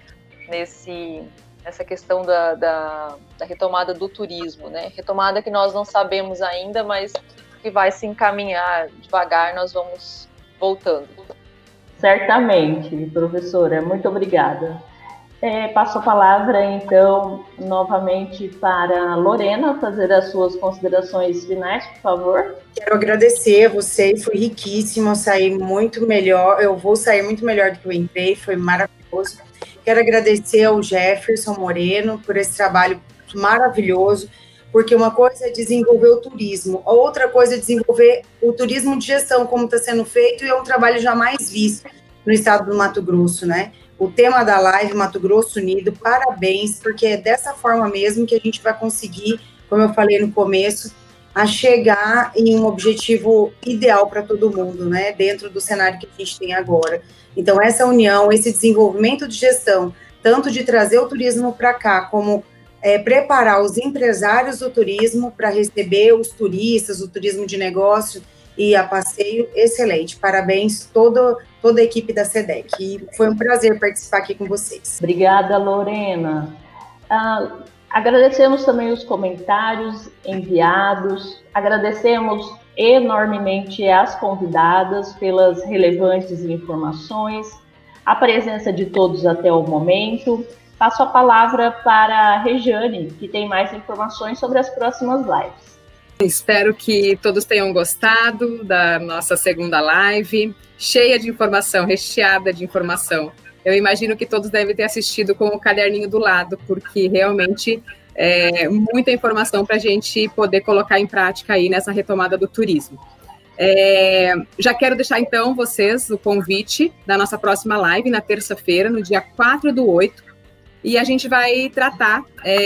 nessa questão da retomada do turismo, né? Retomada que nós não sabemos ainda, mas que vai se encaminhar devagar, nós vamos voltando. Certamente, professora, muito obrigada. Passo a palavra, então, novamente para a Lorena fazer as suas considerações finais, por favor. Quero agradecer a vocês, foi riquíssimo, eu vou sair muito melhor do que eu entrei, foi maravilhoso. Quero agradecer ao Jefferson Moreno por esse trabalho maravilhoso, porque uma coisa é desenvolver o turismo, a outra coisa é desenvolver o turismo de gestão, como está sendo feito, e é um trabalho jamais visto no estado do Mato Grosso, né? O tema da live, Mato Grosso Unido, parabéns, porque é dessa forma mesmo que a gente vai conseguir, como eu falei no começo, a chegar em um objetivo ideal para todo mundo, né? Dentro do cenário que a gente tem agora. Então, essa união, esse desenvolvimento de gestão, tanto de trazer o turismo para cá, como preparar os empresários do turismo para receber os turistas, o turismo de negócio e a passeio, excelente. Parabéns toda a equipe da SEDEC. E foi um prazer participar aqui com vocês. Obrigada, Lorena. Agradecemos também os comentários enviados, agradecemos enormemente as convidadas pelas relevantes informações, a presença de todos até o momento. Passo a palavra para a Rejane, que tem mais informações sobre as próximas lives. Espero que todos tenham gostado da nossa segunda live, cheia de informação, recheada de informação. Eu imagino que todos devem ter assistido com o caderninho do lado, porque realmente é muita informação para a gente poder colocar em prática aí nessa retomada do turismo. Já quero deixar, então, vocês o convite da nossa próxima live, na terça-feira, no dia 4/8, e a gente vai tratar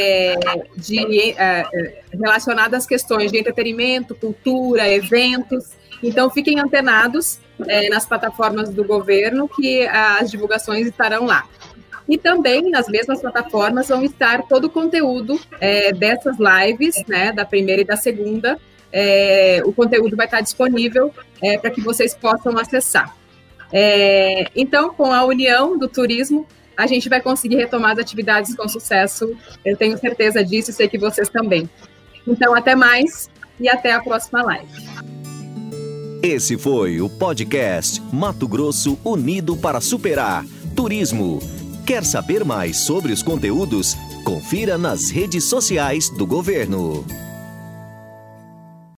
relacionado às questões de entretenimento, cultura, eventos. Então, fiquem antenados nas plataformas do governo, que as divulgações estarão lá. E também, nas mesmas plataformas, vão estar todo o conteúdo dessas lives, né, da primeira e da segunda. O conteúdo vai estar disponível para que vocês possam acessar. Então, com a união do turismo, a gente vai conseguir retomar as atividades com sucesso. Eu tenho certeza disso e sei que vocês também. Então, até mais e até a próxima live. Esse foi o podcast Mato Grosso Unido para Superar Turismo. Quer saber mais sobre os conteúdos? Confira nas redes sociais do governo.